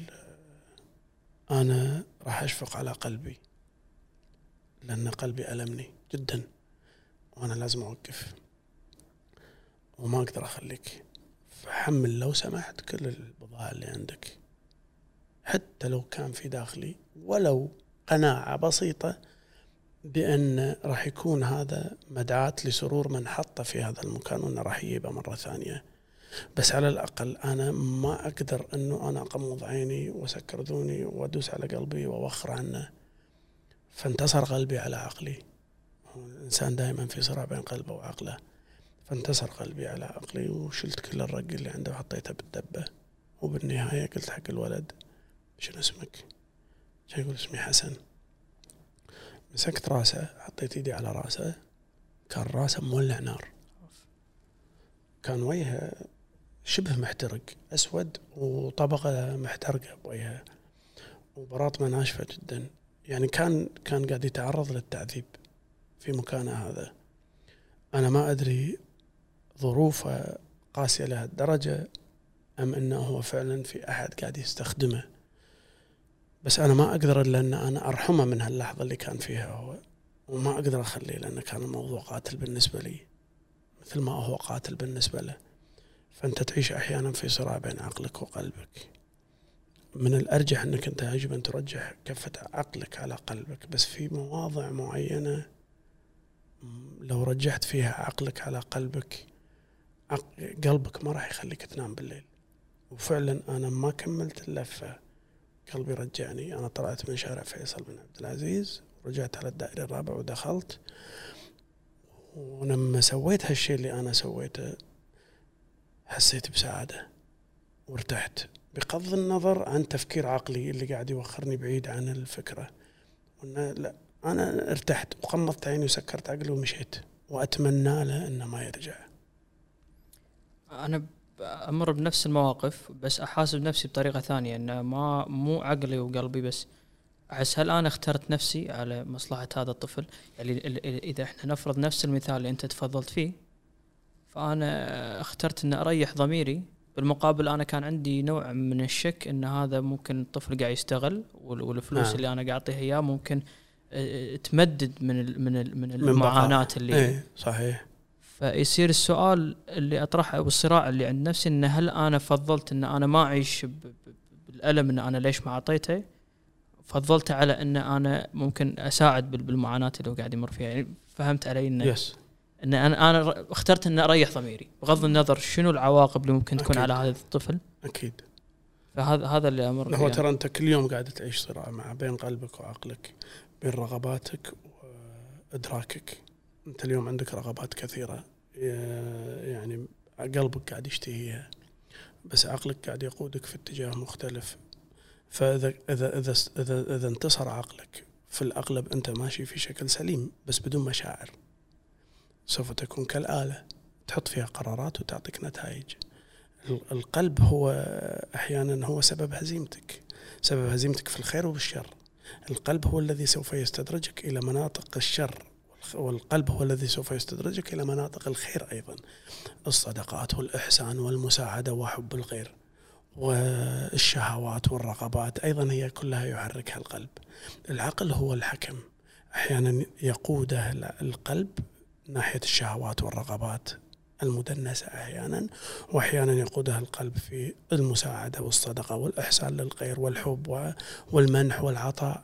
أنا راح أشفق على قلبي لأن قلبي ألمني جدا وأنا لازم أوقف وما أقدر أخليك، فحمل لو سمحت كل البضاعة اللي عندك حتى لو كان في داخلي ولو قناعة بسيطة بأن راح يكون هذا مدعاة لسرور من حطه في هذا المكان وأنه راح يجيبه مرة ثانية. بس على الأقل أنا ما أقدر أنه أنا أقمض عيني وأسكر ذوني وأدوس على قلبي وأوخر عنه. فانتصر قلبي على عقلي، الإنسان دائما في صراع بين قلبه وعقله، فانتصر قلبي على عقلي وشلت كل الرق اللي عنده وحطيته بالدبة. وبالنهاية قلت حق الولد شنو اسمك؟ جاي يقول اسمي حسن. مسكت راسه، حطيت ايدي على راسه، كان راسه مولع نار، كان وجهه شبه محترق أسود وطبقة محترقة بوجهه وبراطمة ناشفة جدا. يعني كان كان قاعد يتعرض للتعذيب في مكانه هذا. أنا ما أدري ظروفه قاسية لهالدرجة أم أنه هو فعلا في أحد قاعد يستخدمه، بس أنا ما أقدر إلا أن أنا أرحمه من هاللحظة اللي كان فيها هو، وما أقدر أخليه لأنه كان الموضوع قاتل بالنسبة لي مثل ما هو قاتل بالنسبة له. فأنت تعيش أحيانا في صراع بين عقلك وقلبك. من الأرجح أنك أنت يجب أن ترجح كفة عقلك على قلبك، بس في مواضع معينة لو رجحت فيها عقلك على قلبك قلبك ما راح يخليك تنام بالليل. وفعلا أنا ما كملت اللفة قلبي رجعني. أنا طلعت من شارع فيصل بن عبد العزيز ورجعت على الدائري الرابع ودخلت، ولما سويت هالشيء اللي أنا سويته حسيت بسعادة وارتحت بغض النظر عن تفكير عقلي اللي قاعد يوخرني بعيد عن الفكرة. لا، أنا ارتحت وغمضت عيني وسكرت عقلي ومشيت، وأتمنى له إنه ما يرجع. أنا أمر بنفس المواقف بس أحاسب نفسي بطريقة ثانية، إنه ما مو عقلي وقلبي بس. أحس هل أنا اخترت نفسي على مصلحة هذا الطفل؟ يعني إذا إحنا نفرض نفس المثال اللي أنت تفضلت فيه، فأنا اخترت إن أريح ضميري. بالمقابل أنا كان عندي نوع من الشك إن هذا ممكن الطفل قاعد يستغل، والفلوس آه. اللي أنا قاعد أعطيه إياه ممكن تمدد من ال من ال من المعاناة اللي ايه صحيح. فيصير السؤال اللي أطرحه والصراع اللي عند نفسي إن هل أنا فضلت إن أنا ما أعيش بالألم إن أنا ليش ما أعطيته، فضلت على إن أنا ممكن أساعد بالمعاناة اللي هو قاعد يمر فيها. يعني فهمت علي إن yes. إن أنا أنا اخترت إن أريح ضميري بغض النظر شنو العواقب اللي ممكن تكون أكيد. على هذا الطفل. أكيد. فهذا هذا اللي أمر. هو ترى أنت كل يوم قاعد تعيش صراع مع بين قلبك وعقلك، بين رغباتك وإدراكك. أنت اليوم عندك رغبات كثيرة، يعني قلبك قاعد يشتهيها بس عقلك قاعد يقودك في اتجاه مختلف. فإذا إذا إذا إذا, إذا انتصر عقلك في الأغلب أنت ماشي في شكل سليم بس بدون مشاعر، سوف تكون كالآلة تحط فيها قرارات وتعطيك نتائج. القلب هو أحيانا هو سبب هزيمتك، سبب هزيمتك في الخير وبالشر. القلب هو الذي سوف يستدرجك إلى مناطق الشر، والقلب هو الذي سوف يستدرجك إلى مناطق الخير أيضا، الصدقات والإحسان والمساعدة وحب الغير والشهوات والرغبات أيضا هي كلها يحركها القلب. العقل هو الحكم، أحيانا يقوده القلب ناحية الشهوات والرغبات المدنسة أحيانا، وأحيانا يقودها القلب في المساعدة والصدقة والإحسان للغير والحب والمنح والعطاء.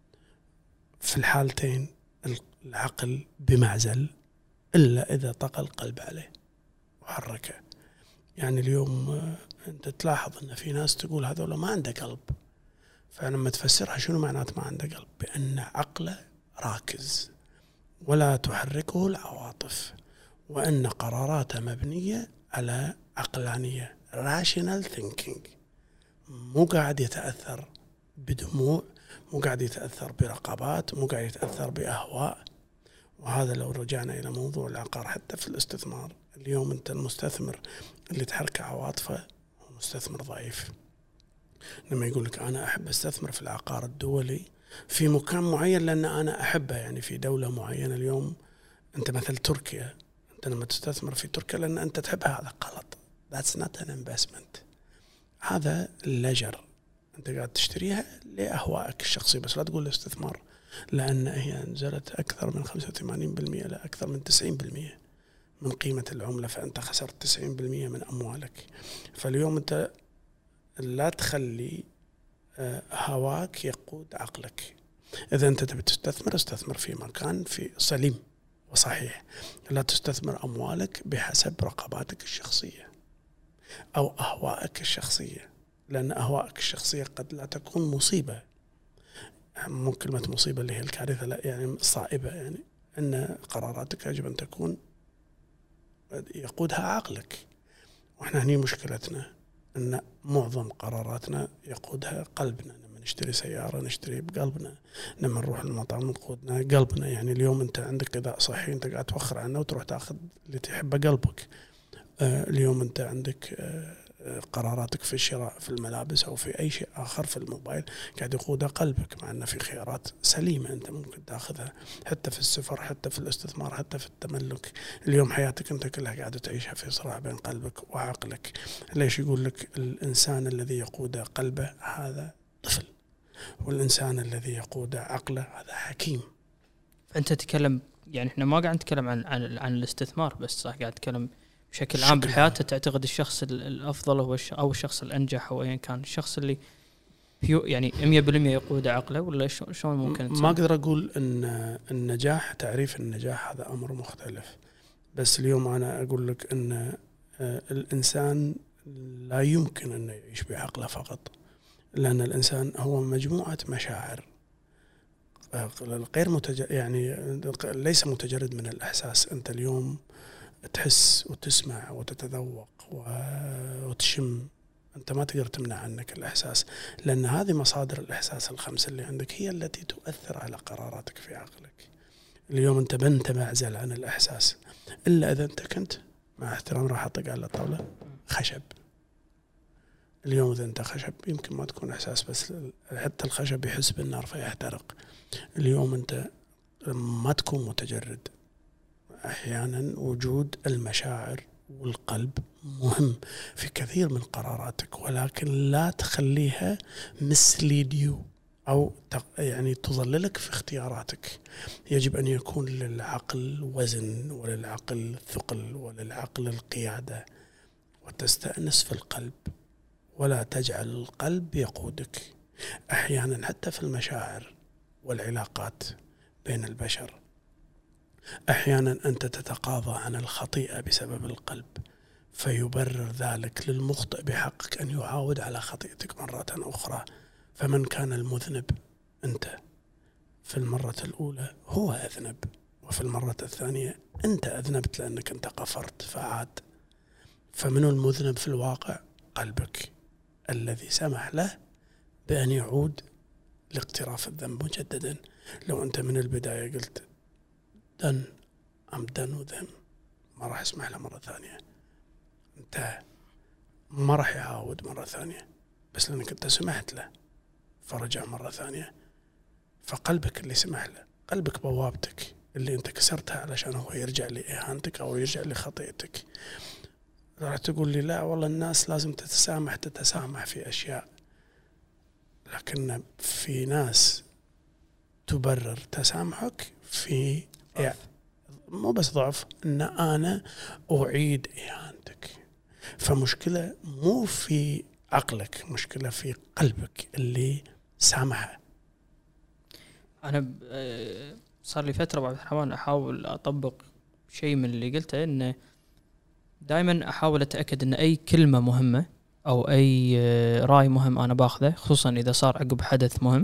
في الحالتين العقل بمعزل إلا إذا طغى القلب عليه وحركه. يعني اليوم أنت تلاحظ أن في ناس تقول هذولا ما عنده قلب، فلما تفسرها شنو معنات ما عنده قلب؟ بأن عقله راكز ولا تحركه العواطف، وأن قراراته مبنية على عقلانية rational thinking، مو قاعد يتأثر بدموع، مو قاعد يتأثر برقابات، مو قاعد يتأثر بأهواء. وهذا لو رجعنا إلى موضوع العقار حتى في الاستثمار، اليوم أنت المستثمر اللي تحرك عواطفه هو مستثمر ضعيف. لما يقول لك أنا أحب استثمر في العقار الدولي في مكان معين لأن أنا أحبه، يعني في دولة معينة. اليوم أنت مثل تركيا، أنت لما تستثمر في تركيا لأن أنت تحبها، هذا غلط. That's not an investment، هذا اللجر. أنت قاعد تشتريها لأهوائك الشخصية بس، لا تقول الاستثمار، لأن هي نزلت أكثر من خمسة وثمانين بالمئة لا أكثر من تسعين بالمئة من قيمة العملة، فأنت خسرت تسعين بالمئة من أموالك. فاليوم أنت لا تخلي هواك يقود عقلك. إذا أنت تبي تستثمر استثمر في مكان في سليم وصحيح، لا تستثمر أموالك بحسب رغباتك الشخصية أو أهوائك الشخصية، لأن أهوائك الشخصية قد لا تكون مصيبة. مو كلمة مصيبة اللي هي الكارثة، لا، يعني صائبة، يعني أن قراراتك يجب أن تكون يقودها عقلك. وإحنا هني مشكلتنا أن معظم قراراتنا يقودها قلبنا. لما نشتري سيارة نشتري بقلبنا، لما نروح المطعم نقودنا قلبنا. يعني اليوم أنت عندك غذاء صحي أنت قاعد توخر عنه وتروح تأخذ اللي تحبه قلبك. آه اليوم أنت عندك آه قراراتك في الشراء في الملابس أو في أي شيء آخر في الموبايل قاعد يقودها قلبك، مع أن في خيارات سليمة أنت ممكن تأخذها حتى في السفر، حتى في الاستثمار، حتى في التملك. اليوم حياتك أنت كلها قاعدة تعيشها في صراع بين قلبك وعقلك. ليش يقول لك الإنسان الذي يقود قلبه هذا طفل، والإنسان الذي يقود عقله هذا حكيم. أنت تتكلم، يعني إحنا ما قاعد نتكلم عن عن, عن الاستثمار بس، صح؟ قاعد نتكلم بشكل عام بحياته. تعتقد الشخص الأفضل هو أو الشخص الأنجح أو أيا كان الشخص اللي بيو يعني مية بالمية يقود عقله ولا شلون ممكن ما أقدر أقول أن النجاح تعريف النجاح هذا أمر مختلف، بس اليوم أنا أقول لك أن الإنسان لا يمكن أن يعيش بعقله فقط، لأن الإنسان هو مجموعة مشاعر غير متجرد، يعني ليس متجرد من الإحساس. أنت اليوم تحس وتسمع وتتذوق وتشم، أنت ما تقدر تمنع عنك الإحساس، لأن هذه مصادر الإحساس الخمسة اللي عندك هي التي تؤثر على قراراتك في عقلك. اليوم أنت بنت معزل عن الإحساس، إلا إذا أنت كنت مع احترام راح أطق على الطاولة خشب. اليوم إذا أنت خشب يمكن ما تكون إحساس، بس حتى الخشب يحس بالنار فيحترق. اليوم أنت ما تكون متجرد، أحيانا وجود المشاعر والقلب مهم في كثير من قراراتك، ولكن لا تخليها mislead you أو يعني تضللك في اختياراتك. يجب أن يكون للعقل وزن، وللعقل ثقل، وللعقل القيادة، وتستأنس في القلب ولا تجعل القلب يقودك. أحيانا حتى في المشاعر والعلاقات بين البشر أحيانا أنت تتقاضى عن الخطيئة بسبب القلب، فيبرر ذلك للمخطئ بحقك أن يعاود على خطيئتك مرة أخرى. فمن كان المذنب أنت في المرة الأولى هو أذنب، وفي المرة الثانية أنت أذنبت لأنك أنت قفرت فعاد. فمن المذنب في الواقع قلبك الذي سمح له بأن يعود لاقتراف الذنب مجددا. لو أنت من البداية قلت done I'm done with him، ما راح اسمح له مرة ثانية، انتهى، ما راح يعاود مرة ثانية، بس لأنك انت سمحت له فرجع مرة ثانية. فقلبك اللي سمح له، قلبك بوابتك اللي انت كسرتها علشان هو يرجع لإهانتك أو يرجع لخطيئتك. راح تقول لي لا والله الناس لازم تتسامح تتسامح في أشياء، لكن في ناس تبرر تسامحك في يعني مو بس ضعف، ان انا اعيد اهانتك. فمشكلة مو في عقلك، مشكلة في قلبك اللي سامحه. انا صار لي فترة بعد الحوان احاول اطبق شيء من اللي قلته، انه دائما احاول اتاكد ان اي كلمة مهمة او اي راي مهم انا باخذه، خصوصا اذا صار عقب حدث مهم،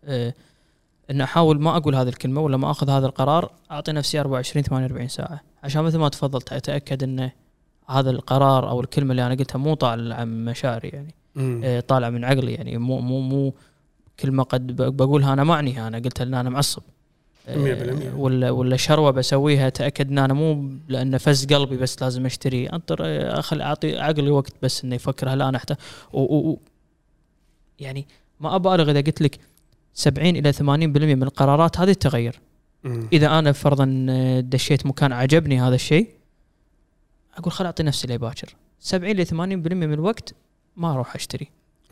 ان احاول ما اقول هذه الكلمه ولا ما اخذ هذا القرار، اعطي نفسي أربعة وعشرين ثمانية وأربعين ساعه عشان مثل ما تفضلت اتاكد ان هذا القرار او الكلمه اللي انا قلتها مو طالع من مشاعري، يعني آه طالع من عقلي، يعني مو مو مو كلمه قد بقولها انا معنيها، انا قلت ان انا معصب آه ولا ولا شروه بسويها تاكد ان انا مو لان فز قلبي بس لازم اشتري، انطر اخل اعطي عقلي وقت بس انه يفكر هل انا احتاج. يعني ما ابالغ اذا قلت لك سبعين إلى ثمانين بالمئة من القرارات هذه تغير. مم. إذا أنا فرضاً دشيت مكان عجبني هذا الشيء، أقول خل أعطي نفسي لي باكر. سبعين إلى ثمانين بالمئة من الوقت ما أروح أشتري.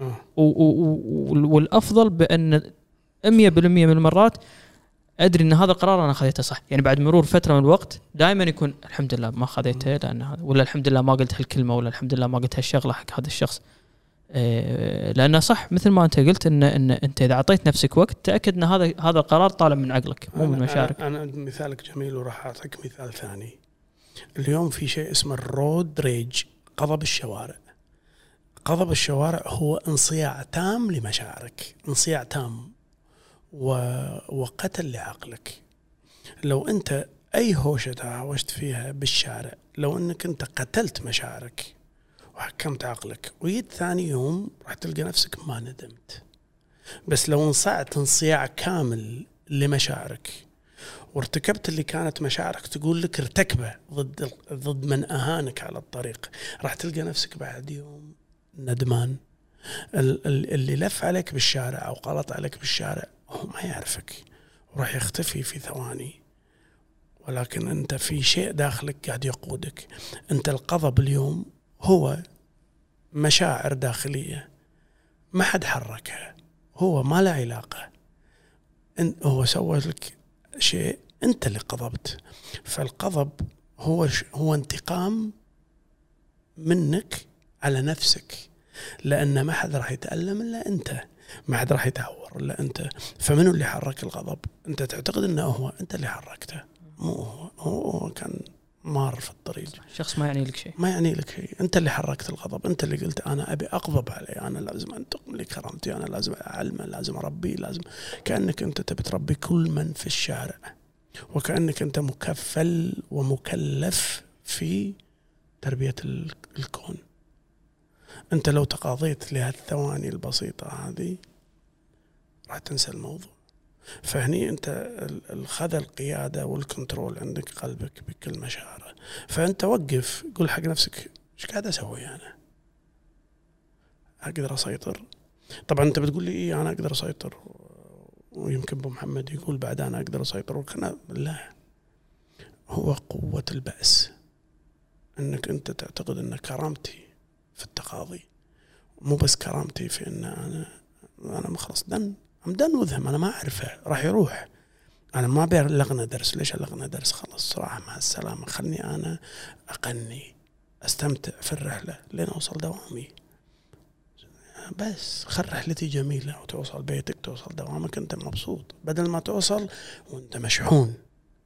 والأفضل بأن مية بالمئة من المرات أدري أن هذا القرار أنا خذيته صح. يعني بعد مرور فترة من الوقت دائما يكون الحمد لله ما خذيته لأن هذا، ولا الحمد لله ما قلت هالكلمة، ولا الحمد لله ما قلت هالشغلة حق هذا الشخص. لأنه صح مثل ما أنت قلت إن إن أنت إذا أعطيت نفسك وقت تأكد إن هذا هذا القرار طالع من عقلك مو من مشاعرك. أنا, أنا مثالك جميل، وراح أعطيك مثال ثاني. اليوم في شيء اسمه الرود ريج، غضب الشوارع. غضب الشوارع هو انصياع تام لمشاعرك، انصياع تام و... وقتل لعقلك. لو أنت أي هوشة تهاوشت فيها بالشارع، لو أنك أنت قتلت مشاعرك وحكمت عقلك، ويد ثاني يوم راح تلقى نفسك ما ندمت. بس لو انصعت انصياع كامل لمشاعرك وارتكبت اللي كانت مشاعرك تقول لك ارتكبه ضد ضد من أهانك على الطريق، راح تلقى نفسك بعد يوم ندمان. اللي لف عليك بالشارع أو غلط عليك بالشارع هو ما يعرفك وراح يختفي في ثواني، ولكن أنت في شيء داخلك قاعد يقودك. أنت الغضب اليوم هو مشاعر داخلية ما حد حركها، هو ما له علاقة، هو سوى لك شيء أنت اللي غضبت. فالغضب هو هو انتقام منك على نفسك، لأن ما حد راح يتألم إلا أنت. ما حد راح يتهور الا انت. فمنو اللي حرك الغضب؟ انت تعتقد انه هو، انت اللي حركته، مو هو. هو كان مار في الطريق، شخص ما يعني لك شيء، ما يعني لك شيء. انت اللي حركت الغضب، انت اللي قلت انا ابي اغضب عليه، انا لازم انتقم لكرامتي، انا لازم اعلمه، لازم اربيه، لازم. كانك انت تبي تربي كل من في الشارع، وكانك انت مكفل ومكلف في تربيه الكون. انت لو تقاضيت لهالثواني البسيطه هذه راح تنسى الموضوع. فهني انت الخذ القياده والكنترول عندك قلبك بكل مشاعره. فانت وقف، قول حق نفسك ايش قاعد اسوي انا؟ اقدر اسيطر؟ طبعا انت بتقول لي ايه انا اقدر اسيطر، ويمكن ابو محمد يقول بعد انا اقدر اسيطر، وكنا لا، هو قوه البأس انك انت تعتقد ان كرامتي في التقاضي، مو بس كرامتي في ان انا انا مخلص دن دن وذهم، انا ما اعرفه راح يروح، انا ما بلغنا درس. ليش الغنا درس؟ خلص صراحه مع السلامه، خلني انا اقني استمتع في الرحله لين اوصل دوامي. بس خل رحلتي جميله وتوصل بيتك، توصل دوامك انت مبسوط، بدل ما توصل وانت مشحون.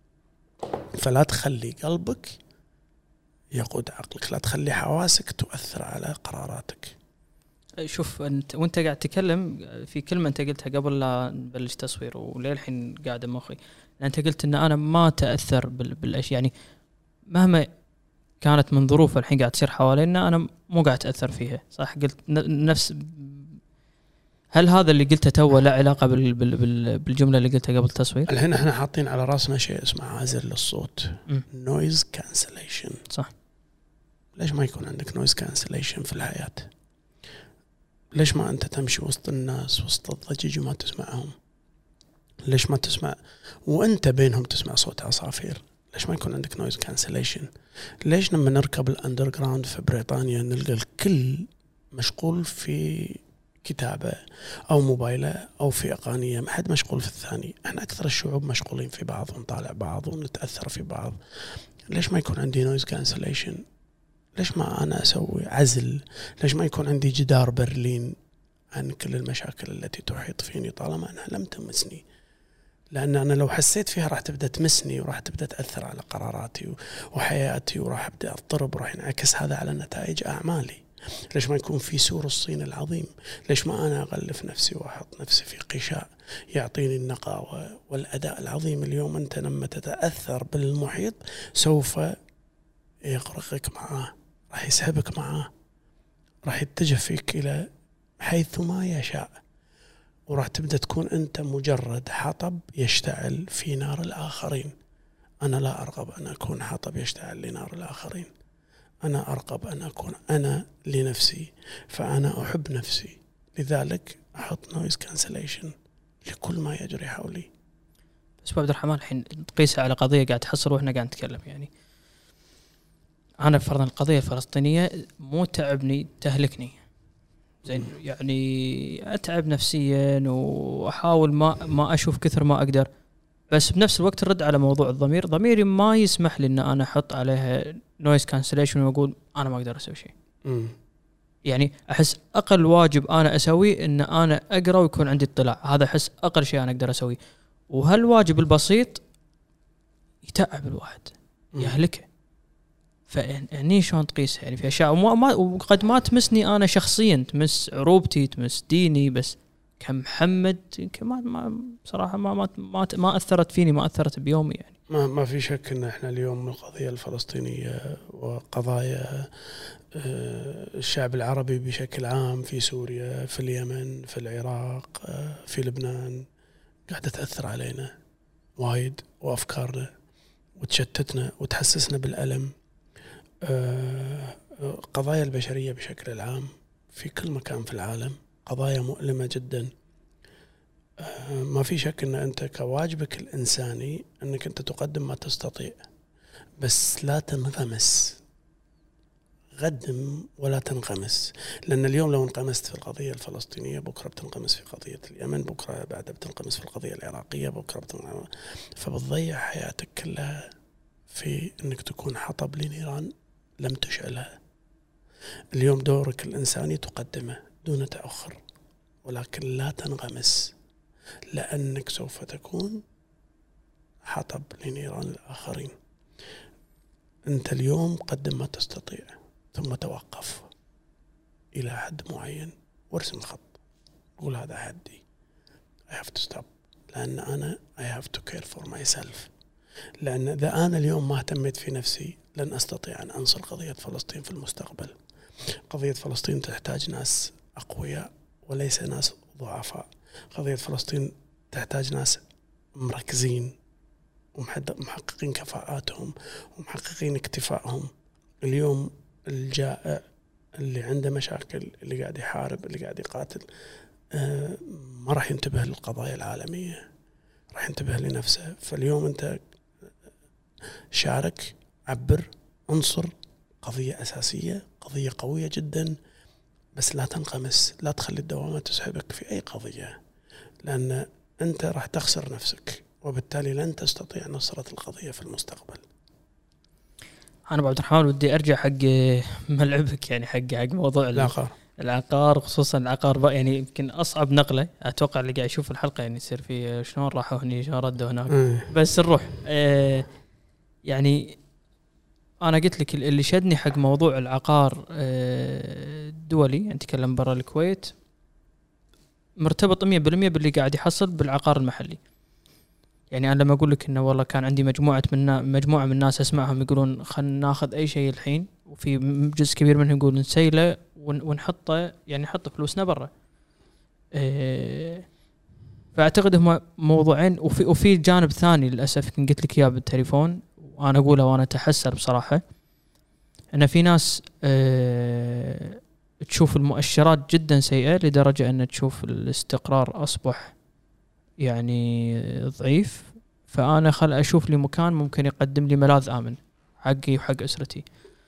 فلا تخلي قلبك يقود عقلك، لا تخلي حواسك تؤثر على قراراتك. شوف انت وانت قاعد تتكلم في كلمه انت قلتها قبل لا نبلش تصوير وللحين قاعده مخي، انت قلت ان انا ما تاثر بالاشياء، يعني مهما كانت من ظروف الحين قاعد تصير حوالينا انا مو قاعد اتاثر فيها، صح؟ قلت نفس، هل هذا اللي قلته تو له علاقه بال بال بالجمله اللي قلتها قبل التصوير؟ الحين احنا حاطين على راسنا شيء اسمه عازل للصوت، نويز كانسليشن، صح؟ ليش ما يكون عندك نويز كانسليشن في الحياه؟ ليش ما أنت تمشي وسط الناس وسط الضجيج وما تسمعهم؟ ليش ما تسمع وأنت بينهم تسمع صوت عصافير؟ ليش ما يكون عندك نويز كانسليشن؟ ليش لما نركب الأندرغراوند في بريطانيا نلقى الكل مشغول في كتابة أو موبايله أو في أغانية، ما حد مشغول في الثاني؟ احنا أكثر الشعوب مشغولين في بعض ونطالع بعض ونتأثر في بعض. ليش ما يكون عندي نويز كانسليشن؟ ليش ما أنا أسوي عزل؟ ليش ما يكون عندي جدار برلين عن كل المشاكل التي تحيط فيني طالما أنها لم تمسني؟ لأن أنا لو حسيت فيها راح تبدأ تمسني وراح تبدأ تأثر على قراراتي وحياتي، وراح أبدأ أضطرب وراح ينعكس هذا على نتائج أعمالي. ليش ما يكون في سور الصين العظيم؟ ليش ما أنا أغلف نفسي وأحط نفسي في قشاء يعطيني النقاوة والأداء العظيم؟ اليوم أنت لما تتأثر بالمحيط سوف يغرقك معاه، راح يسحبك معاه، راح يتجه فيك إلى حيث ما يشاء، وراح تبدأ تكون أنت مجرد حطب يشتعل في نار الآخرين. أنا لا أرغب أن أكون حطب يشتعل لنار الآخرين، أنا أرغب أن أكون أنا لنفسي، فأنا أحب نفسي، لذلك أحط نويز كانسليشن لكل ما يجري حولي. بس عبد الرحمن الحين تقيسها على قضية قاعد تحصل وإحنا قاعد نتكلم، يعني أنا فرضاً القضية الفلسطينية مو تعبني تهلكني، زين، يعني أتعب نفسياً وأحاول ما ما أشوف كثر ما أقدر، بس بنفس الوقت الرد على موضوع الضمير، ضميري ما يسمح لي إن أنا أحط عليها نويز كانسليشن وأقول أنا ما أقدر أسوي شيء. يعني أحس أقل واجب أنا أسويه إن أنا أقرأ ويكون عندي اطلاع، هذا أحس أقل شيء أنا أقدر أسويه، وهالواجب البسيط يتعب الواحد يهلكه. فيعني شلون تقيسها؟ يعني في أشياء وما ما وقد ما تمسني أنا شخصيا، تمس عروبتي، تمس ديني، بس كمحمد يمكن ما ما بصراحة ما ما ما, ما أثرت فيني، ما أثرت بيومي. يعني ما ما في شك إن إحنا اليوم القضية الفلسطينية وقضايا الشعب العربي بشكل عام في سوريا، في اليمن، في العراق، في لبنان، قاعدة تأثر علينا وايد وأفكارنا وتشتتنا وتحسسنا بالألم. قضايا البشرية بشكل العام في كل مكان في العالم قضايا مؤلمة جدا. ما في شك أن أنت كواجبك الإنساني أنك أنت تقدم ما تستطيع، بس لا تنغمس، قدم ولا تنغمس. لأن اليوم لو انغمست في القضية الفلسطينية بكرة بتنغمس في قضية اليمن، بكرة بعد بتنغمس في القضية العراقية، بكرة بتنغمس، فبتضيع حياتك كلها في أنك تكون حطب لنيران لم تشعلها. اليوم دورك الإنساني تقدمه دون تأخر، ولكن لا تنغمس، لأنك سوف تكون حطب لنيران الآخرين. أنت اليوم قدم ما تستطيع، ثم توقف إلى حد معين وارسم خط، قول هذا حدي، I have to stop، لأن أنا I have to care for myself. لأن إذا أنا اليوم ما اهتميت في نفسي لن أستطيع أن أنصر قضية فلسطين في المستقبل. قضية فلسطين تحتاج ناس أقوياء وليس ناس ضعفاء. قضية فلسطين تحتاج ناس مركزين ومحققين كفاءاتهم ومحققين اكتفائهم. اليوم الجائع اللي عنده مشاكل، اللي قاعد يحارب، اللي قاعد يقاتل، آه ما راح ينتبه للقضايا العالمية، راح ينتبه لنفسه. فاليوم أنت شارك، عبر، انصر قضية أساسية، قضية قوية جدا، بس لا تنغمس، لا تخلي الدوامات تسحبك في أي قضية، لأن أنت راح تخسر نفسك وبالتالي لن تستطيع نصرة القضية في المستقبل. أنا أبو عبد الرحمن ودي أرجع حق ملعبك، يعني حق حق موضوع العقار العقار خصوصا العقار، يعني يمكن أصعب نقلة أتوقع اللي قاعد يشوف الحلقة يعني يصير في شلون راحوا هني شلون ردوا هناك. م. بس نروح آه يعني أنا قلت لك اللي شدني حق موضوع العقار آه الدولي، نتكلم برا الكويت، مرتبط مية بالمية باللي قاعد يحصل بالعقار المحلي. يعني أنا لما أقول لك إنه والله كان عندي مجموعة من مجموعة من الناس أسمعهم يقولون خلنا ناخذ أي شيء الحين، وفي جزء كبير منهم يقول نسيله ونحطه، يعني نحط فلوسنا برا. إيه فأعتقد هم موضوعين. وفي وفي جانب ثاني للأسف كنت قلت لك إياه بالتليفون وأنا أقوله وأنا أتحسر بصراحة، أن في ناس إيه تشوف المؤشرات جدا سيئة لدرجة أن تشوف الاستقرار أصبح يعني ضعيف، فأنا خل أشوف لي مكان ممكن يقدم لي ملاذ آمن حقي وحق أسرتي.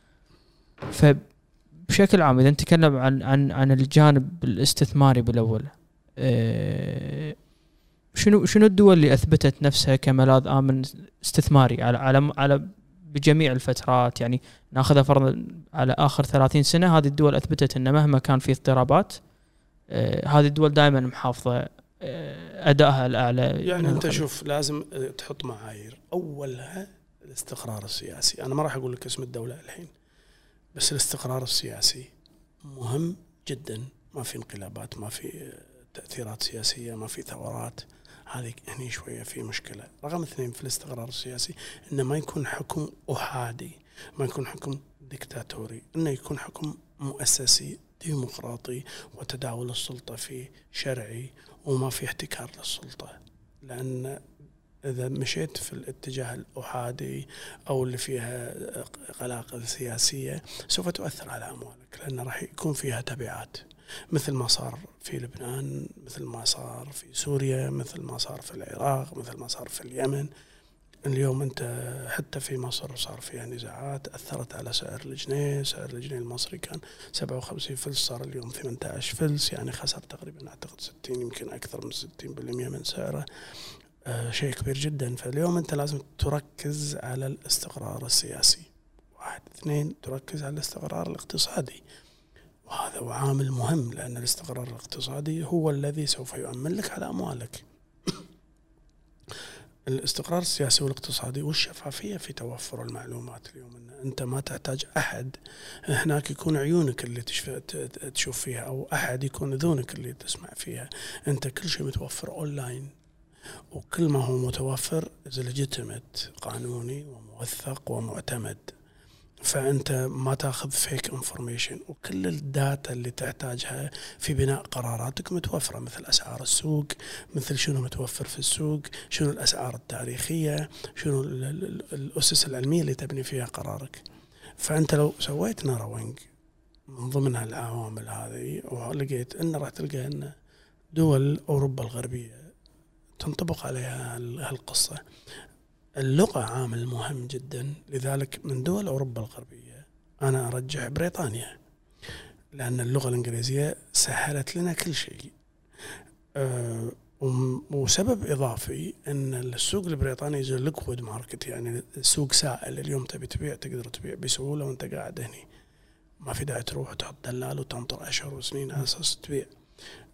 فبشكل عام إذا نتكلم عن عن عن الجانب الاستثماري بالأول، أه شنو شنو الدول اللي أثبتت نفسها كملاذ آمن استثماري على على على بجميع الفترات؟ يعني ناخذها فرضا على آخر ثلاثين سنة، هذه الدول أثبتت أن مهما كان في اضطرابات أه هذه الدول دائما محافظة أدائها الأعلى. يعني أنت شوف لازم تحط معايير، أولها الاستقرار السياسي. أنا ما راح أقول لك اسم الدولة الحين، بس الاستقرار السياسي مهم جدا. ما في انقلابات، ما في تأثيرات سياسية، ما في ثورات، هذه هني شوية في مشكلة. رقم اثنين في الاستقرار السياسي إنه ما يكون حكم أحادي، ما يكون حكم ديكتاتوري، إنه يكون حكم مؤسسي ديمقراطي وتداول السلطة فيه شرعي وما في احتكار للسلطة. لأن إذا مشيت في الاتجاه الأحادي أو اللي فيها قلاقل سياسية سوف تؤثر على أموالك، لأن راح يكون فيها تبعات، مثل ما صار في لبنان، مثل ما صار في سوريا، مثل ما صار في العراق، مثل ما صار في اليمن. اليوم أنت حتى في مصر صار فيها نزاعات أثرت على سعر الجنيه. سعر الجنيه المصري كان سبعة وخمسين فلس، صار اليوم ثمانية عشر فلس، يعني خسر تقريبا أعتقد ستين يمكن أكثر من ستين بالمئة من سعره. آه شيء كبير جدا. فاليوم أنت لازم تركز على الاستقرار السياسي، واحد. اثنين، تركز على الاستقرار الاقتصادي، وهذا هو عامل مهم، لأن الاستقرار الاقتصادي هو الذي سوف يؤمن لك على أموالك. الاستقرار السياسي والاقتصادي والشفافية في توفر المعلومات. اليوم إن أنت ما تحتاج أحد هناك يكون عيونك اللي تشوف فيها، أو أحد يكون أذونك اللي تسمع فيها. أنت كل شيء متوفر أونلاين، وكل ما هو متوفر ليجيتيمت، قانوني وموثق ومعتمد. فأنت ما تأخذ فيك انفورميشن، وكل الداتا اللي تحتاجها في بناء قراراتك متوفرة، مثل أسعار السوق، مثل شنو متوفر في السوق، شنو الأسعار التاريخية، شنو الأسس العلمية اللي تبني فيها قرارك. فأنت لو سويت ناروينج من ضمن هالعوامل هذه، ولقيت أن راح تلقى أن دول أوروبا الغربية تنطبق عليها هالقصة. اللغة عامل مهم جدا، لذلك من دول أوروبا الغربية أنا أرجح بريطانيا، لأن اللغة الإنجليزية سهلت لنا كل شيء. أه وسبب إضافي أن السوق البريطاني يجي ليكويد ماركت، يعني السوق سائل. اليوم تبي تبيع تقدر تبيع بسهولة وأنت قاعد هني، ما في داعي تروح وتحط دلال وتنطر أشهر وسنين على أساس تبيع.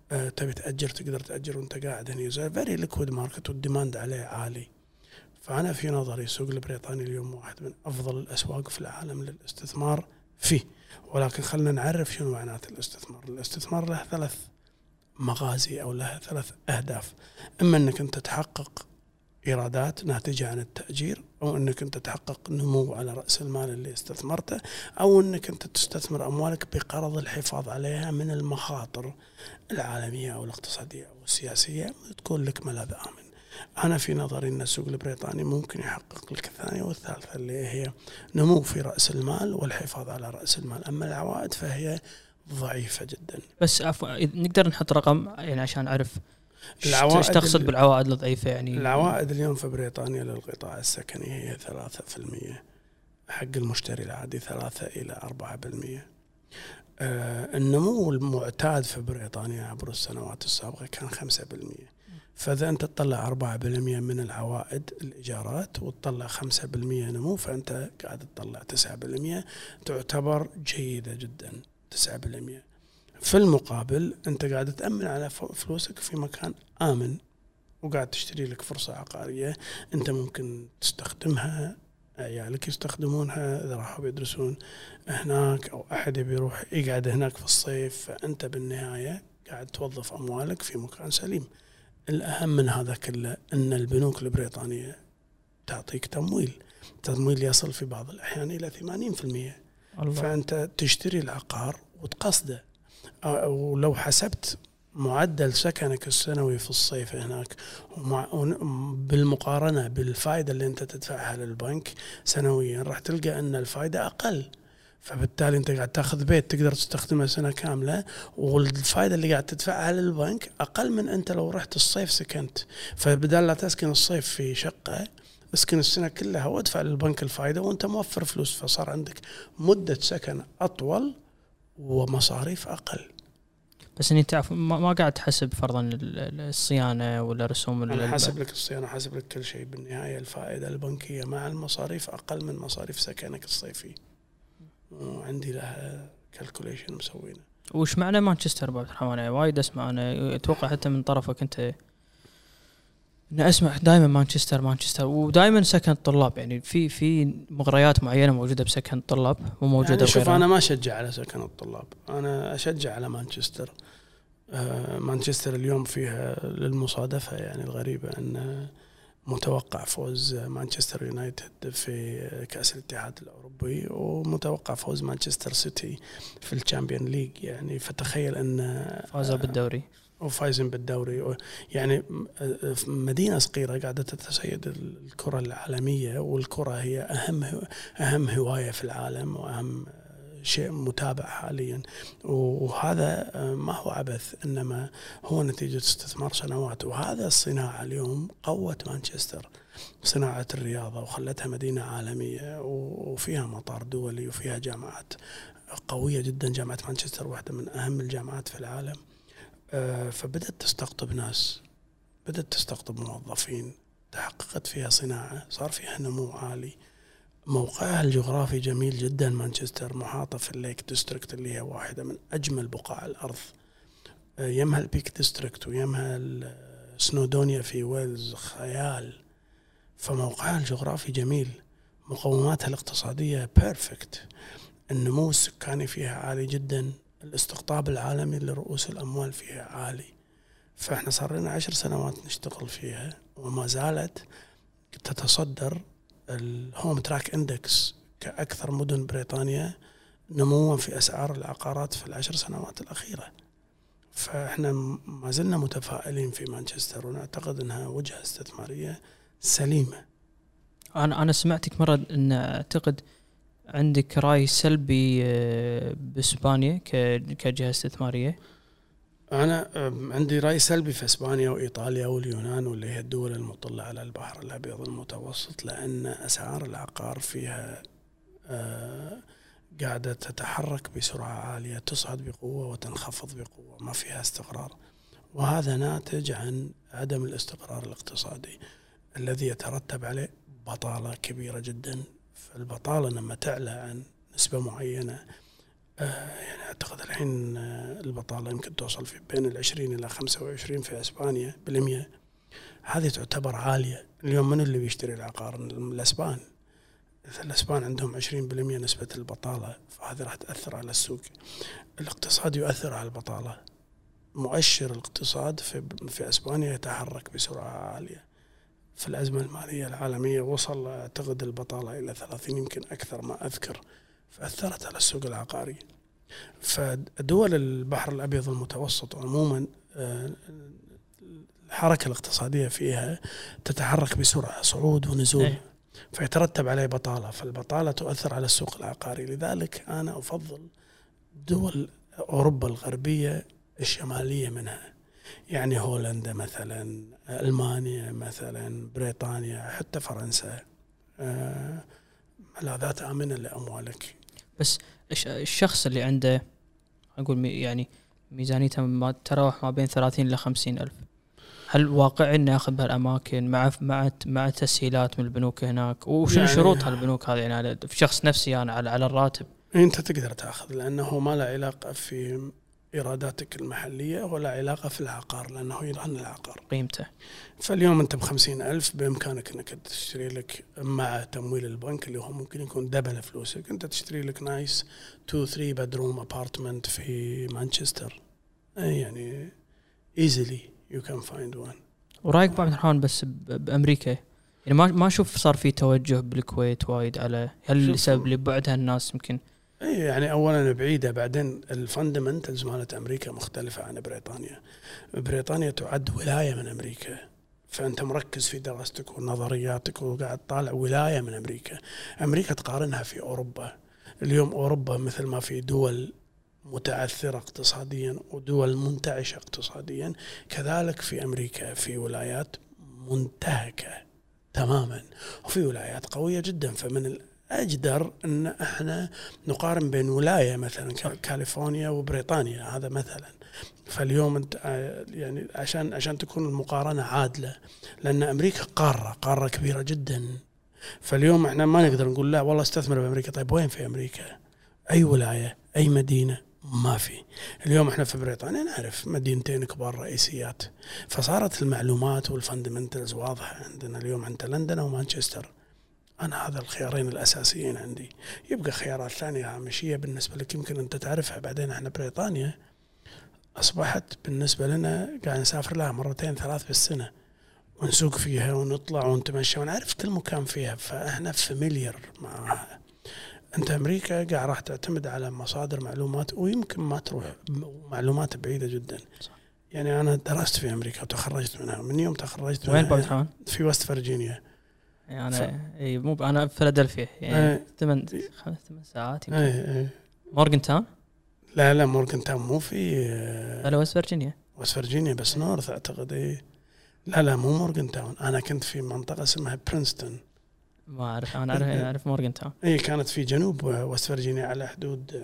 أه تبي تأجر تقدر تأجر وانت قاعد هنا. فيري ليكويد ماركت والديماند عليه عالي. فأنا في نظري السوق البريطاني اليوم واحد من أفضل الأسواق في العالم للاستثمار فيه. ولكن خلنا نعرف شنو معنات الاستثمار. الاستثمار له ثلاث مغازي أو له ثلاث أهداف. إما أنك أنت تحقق إيرادات ناتجة عن التأجير، أو أنك أنت تحقق نمو على رأس المال اللي استثمرته، أو أنك أنت تستثمر أموالك بقرض الحفاظ عليها من المخاطر العالمية أو الاقتصادية أو السياسية، تكون لك ملاذ آمن. أنا في نظري أن السوق البريطاني ممكن يحقق لك الثانية والثالثة اللي هي نمو في رأس المال والحفاظ على رأس المال. أما العوائد فهي ضعيفة جدا. بس عفوا نقدر نحط رقم يعني عشان نعرف ايش تقصد بالعوائد الضعيفة؟ يعني العوائد اليوم في بريطانيا للقطاع السكني هي ثلاثة في المية، حق المشتري العادي ثلاثة إلى أربعة بالمية. آه النمو المعتاد في بريطانيا عبر السنوات السابقة كان خمسة بالمية. فإذا أنت تطلع أربعة بالمية من العوائد الإيجارات وتطلع خمسة بالمية نمو، فأنت قاعد تطلع تسعة بالمية، تعتبر جيدة جدا تسعة بالمية. في المقابل أنت قاعد تأمن على فلوسك في مكان آمن، وقاعد تشتري لك فرصة عقارية أنت ممكن تستخدمها، عيالك يستخدمونها إذا راحوا بيدرسون هناك، أو أحد بيروح يقعد هناك في الصيف. فأنت بالنهاية قاعد توظف أموالك في مكان سليم. الأهم من هذا كله أن البنوك البريطانية تعطيك تمويل، تمويل يصل في بعض الأحيان إلى ثمانين بالمية. فأنت تشتري العقار وتقصده. ولو حسبت معدل سكنك السنوي في الصيف هناك بالمقارنة بالفائدة اللي أنت تدفعها للبنك سنويا، راح تلقى أن الفائدة أقل. فبالتالي أنت قاعد تأخذ بيت تقدر تستخدمه سنة كاملة، والفائدة اللي قاعد تدفعها للبنك أقل من أنت لو رحت الصيف سكنت. فبدال لا تسكن الصيف في شقة، اسكن السنة كلها وادفع للبنك الفائدة وأنت موفر فلوس. فصار عندك مدة سكن أطول ومصاريف أقل. بس اني تعرف ما قاعد تحسب فرضا الصيانه ولا رسوم. انا حاسب لك الصيانه، حاسب لك كل شيء. بالنهايه الفائده البنكيه مع المصاريف اقل من مصاريف سكنك الصيفي، وعندي لها كالكوليشن مسوينه. وش معنى مانشستر بعد الرحمن؟ وايد اسمع انا، اتوقع حتى من طرفك انت أنا أسمع دائما مانشستر مانشستر ودائما سكن الطلاب. يعني في في مغريات معينة موجودة بسكن الطلاب وموجودة يعني شوف بغيرها. أنا ما أشجع على سكن الطلاب، أنا أشجع على مانشستر. آه مانشستر اليوم فيها للمصادفة يعني الغريبة أن متوقع فوز مانشستر يونايتد في كأس الاتحاد الأوروبي، ومتوقع فوز مانشستر سيتي في الشامبيون ليج. يعني فتخيل أن فازوا بالدوري وفايزين بالدوري. يعني مدينة صغيرة قاعدة تتسيد الكرة العالمية، والكرة هي أهم أهم هواية في العالم وأهم شيء متابع حاليا. وهذا ما هو عبث، إنما هو نتيجة استثمار سنوات. وهذا الصناعة اليوم قوت مانشستر، صناعة الرياضة، وخلتها مدينة عالمية وفيها مطار دولي وفيها جامعات قوية جدا. جامعة مانشستر واحدة من أهم الجامعات في العالم. فبدأت تستقطب ناس، بدأت تستقطب موظفين، تحققت فيها صناعة، صار فيها نمو عالي. موقعها الجغرافي جميل جدا. مانشستر محاطة في الليك ديستريكت اللي هي واحدة من أجمل بقاع الأرض، يمها البيك ديستريكت ويمها سنودونيا في ويلز، خيال. فموقعها الجغرافي جميل، مقوماتها الاقتصادية بيرفكت، النمو السكاني فيها عالي جدا، الاستقطاب العالمي لرؤوس الأموال فيها عالي. فإحنا صار لنا عشر سنوات نشتغل فيها، وما زالت تتصدر الهوم تراك اندكس كأكثر مدن بريطانيا نموا في أسعار العقارات في العشر سنوات الأخيرة. فإحنا ما زلنا متفائلين في مانشستر، ونعتقد أنها وجهة استثمارية سليمة. أنا أنا سمعتك مرة أن أعتقد عندك رأي سلبي بإسبانيا كجهة استثمارية. أنا عندي رأي سلبي في إسبانيا وإيطاليا واليونان، واللي هي الدول المطلة على البحر الأبيض المتوسط، لأن أسعار العقار فيها قاعدة تتحرك بسرعة عالية، تصعد بقوة وتنخفض بقوة، ما فيها استقرار. وهذا ناتج عن عدم الاستقرار الاقتصادي الذي يترتب عليه بطالة كبيرة جدا. فالبطالة لما تعلى عن نسبة معينة يعني أعتقد الحين البطالة يمكن توصل في بين العشرين إلى خمسة وعشرين في إسبانيا بالمية. هذه تعتبر عالية. اليوم من اللي بيشتري العقار؟ الأسبان. إذا الأسبان عندهم عشرين بالمية نسبة البطالة، فهذه راح تأثر على السوق. الاقتصاد يؤثر على البطالة. مؤشر الاقتصاد في في إسبانيا يتحرك بسرعة عالية. في الأزمة المالية العالمية وصل أعتقد البطالة إلى ثلاثين يمكن أكثر ما أذكر، فأثرت على السوق العقاري. فدول البحر الأبيض المتوسط عموما الحركة الاقتصادية فيها تتحرك بسرعة، صعود ونزول، فيترتب عليه بطالة، فالبطالة تؤثر على السوق العقاري. لذلك أنا أفضل دول أوروبا الغربية الشمالية منها، يعني هولندا مثلا، ألمانيا مثلا، بريطانيا، حتى فرنسا، ملاذات آمنة لأموالك. بس الشخص اللي عنده أقول يعني ميزانيته ما تراوح ما بين ثلاثين إلى خمسين ألف، هل واقعي إنه يأخذ بهالأماكن مع مع مع تسهيلات من البنوك هناك؟ وشنو يعني شروط هالبنوك هذه؟ يعني في شخص نفسي أنا على على الراتب أنت تقدر تأخذ، لأنه ما له علاقة في إيراداتك المحلية ولا علاقة في العقار، لأنه يرهن العقار قيمته. فاليوم أنت بخمسين ألف بإمكانك أنك تشتري لك مع تمويل البنك اللي هو ممكن يكون دبل فلوسك، أنت تشتري لك نايس تو ثري بدروم أبارتمنت في مانشستر، يعني easily you can find one. ورايك بعد الحين بس بأمريكا يعني ما ما أشوف صار في توجه بالكويت وايد على هل السبب اللي بعدها الناس يمكن اي يعني اولا بعيده، بعدين الفاندمنتالز مالت امريكا مختلفه عن بريطانيا. بريطانيا تعد ولايه من امريكا، فانت مركز في دراستك ونظرياتك وقاعد طالع ولايه من امريكا. امريكا تقارنها في اوروبا. اليوم اوروبا مثل ما في دول متعثره اقتصاديا ودول منتعشه اقتصاديا، كذلك في امريكا في ولايات منتهكه تماما وفي ولايات قويه جدا. فمن أجدر أن احنا نقارن بين ولاية مثلا كاليفورنيا وبريطانيا، هذا مثلا. فاليوم انت يعني عشان عشان تكون المقارنة عادلة، لأن أمريكا قارة قارة كبيرة جدا. فاليوم احنا ما نقدر نقول لا والله استثمر بأمريكا. طيب وين في أمريكا؟ أي ولاية؟ أي مدينة؟ ما في. اليوم احنا في بريطانيا نعرف مدينتين كبار رئيسيات، فصارت المعلومات والفاندمنتالز واضحة عندنا. اليوم عند لندن ومانشستر، أنا هذا الخيارين الأساسيين عندي. يبقى خيارات ثانية هامشية بالنسبة لك يمكن أنت تعرفها. بعدين احنا بريطانيا أصبحت بالنسبة لنا قاعد نسافر لها مرتين ثلاث بالسنة، ونسوق فيها ونطلع ونتمشى ونعرف كل مكان فيها، فإحنا فاميليار معها. أنت أمريكا قاعد راح تعتمد على مصادر معلومات ويمكن ما تروح معلومات بعيدة جدا. يعني أنا درست في أمريكا وتخرجت منها. من يوم تخرجت وين بابتحان؟ في وست فيرجينيا. يعني أنا ف... إيه مو أنا في فيلادلفيا يعني ثمان خمس ثمان ساعات يمكن. أي أي. مورغان تاون؟ لا لا مورغان تاون مو في. لا وست فيرجينيا. وست فيرجينيا بس نورث أعتقد. إيه لا لا مو مورغان تاون. أنا كنت في منطقة اسمها برينستون. ما أعرف. أنا أعرف أعرف مورغان تاون. إيه كانت في جنوب وست فيرجينيا على حدود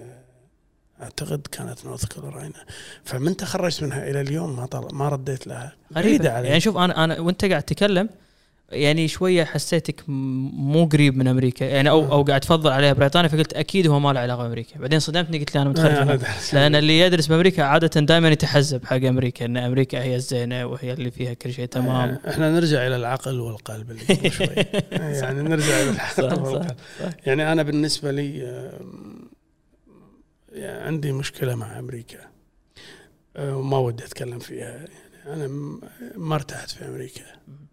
أعتقد كانت نورث كارولاينا. فمن تخرجت منها إلى اليوم ما طل... ما رديت لها. غريبة يعني. شوف أنا أنا وأنت قاعد تتكلم يعني شوية حسيتك مو قريب من أمريكا يعني أو أو قاعد تفضل عليها بريطانيا، فقلت أكيد هو ما له علاقة بأمريكا. بعدين صدمتني قلت لي أنا متخرج، لأن اللي يدرس بأمريكا عادة دائما يتحزب حق أمريكا، إن أمريكا هي الزينة وهي اللي فيها كل شيء تمام. إحنا نرجع إلى العقل والقلب اللي شوي يعني نرجع إلى العقل والقلب. يعني أنا بالنسبة لي يعني عندي مشكلة مع أمريكا وما ودي أتكلم فيها. يعني أنا ما ارتحت في أمريكا،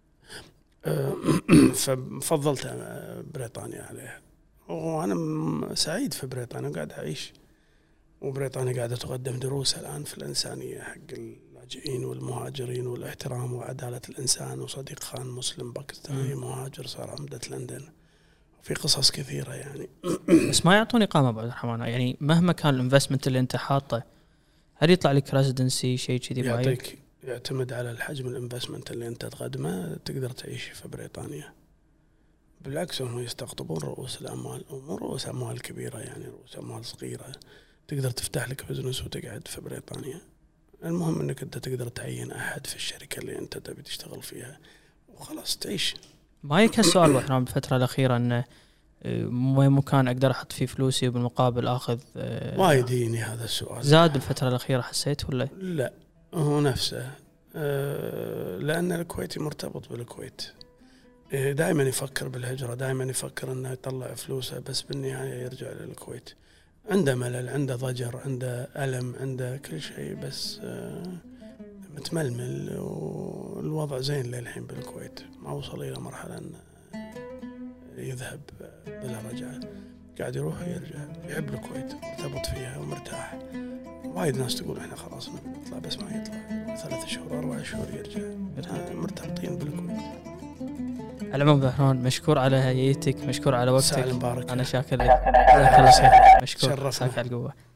ففضلت بريطانيا عليها، وأنا سعيد في بريطانيا وقاعد أعيش. وبريطانيا قاعدة تقدم دروس الآن في الإنسانية حق اللاجئين والمهاجرين والاحترام وعدالة الإنسان. وصديق خان مسلم باكستاني مهاجر صار عمدة لندن، في قصص كثيرة يعني. بس ما يعطوني إقامة بعد الرحمن يعني مهما كان الانفستمنت اللي أنت حاطه، هل يطلع لك ريزيدنسي شيء كذي معين؟ يعتمد على الحجم الانفستمنت اللي انت تقدمه تقدر تعيش في بريطانيا. بالعكس هم يستقطبون رؤوس الاموال، ومو رؤوس اموال كبيره يعني رؤوس اموال صغيره، تقدر تفتح لك بزنس وتقعد في بريطانيا. المهم انك انت تقدر تعين احد في الشركه اللي انت تبي تشتغل فيها وخلاص تعيش. ما يك السؤال وحنا بالفتره الاخيره ان وين مكان اقدر احط فيه فلوسي وبالمقابل اخذ أه وايد يجيني هذا السؤال. زاد بالفتره الاخيره حسيت ولا لا؟ هو نفسه أه لان الكويتي مرتبط بالكويت، دائما يفكر بالهجره، دائما يفكر انه يطلع فلوسه بس بالنهايه يرجع للكويت. عنده ملل، عنده ضجر، عنده الم، عنده كل شيء، بس أه متململ. والوضع زين للحين بالكويت، ما وصل الى مرحله انه يذهب بلا رجعه، قاعد يروح ويرجع، يحب الكويت، مرتبط فيها ومرتاح. وايد ناس تقول احنا خلاص نطلع، بس ما يطلع، ثلاث شهور اربع شهور يرجع، مرتبطين بالكويت. على العموم بحران مشكور على هيئتك، مشكور على وقتك. مبارك. انا شاكر لك، جزاك الله خير، مشكور، شرفنا. على القوه.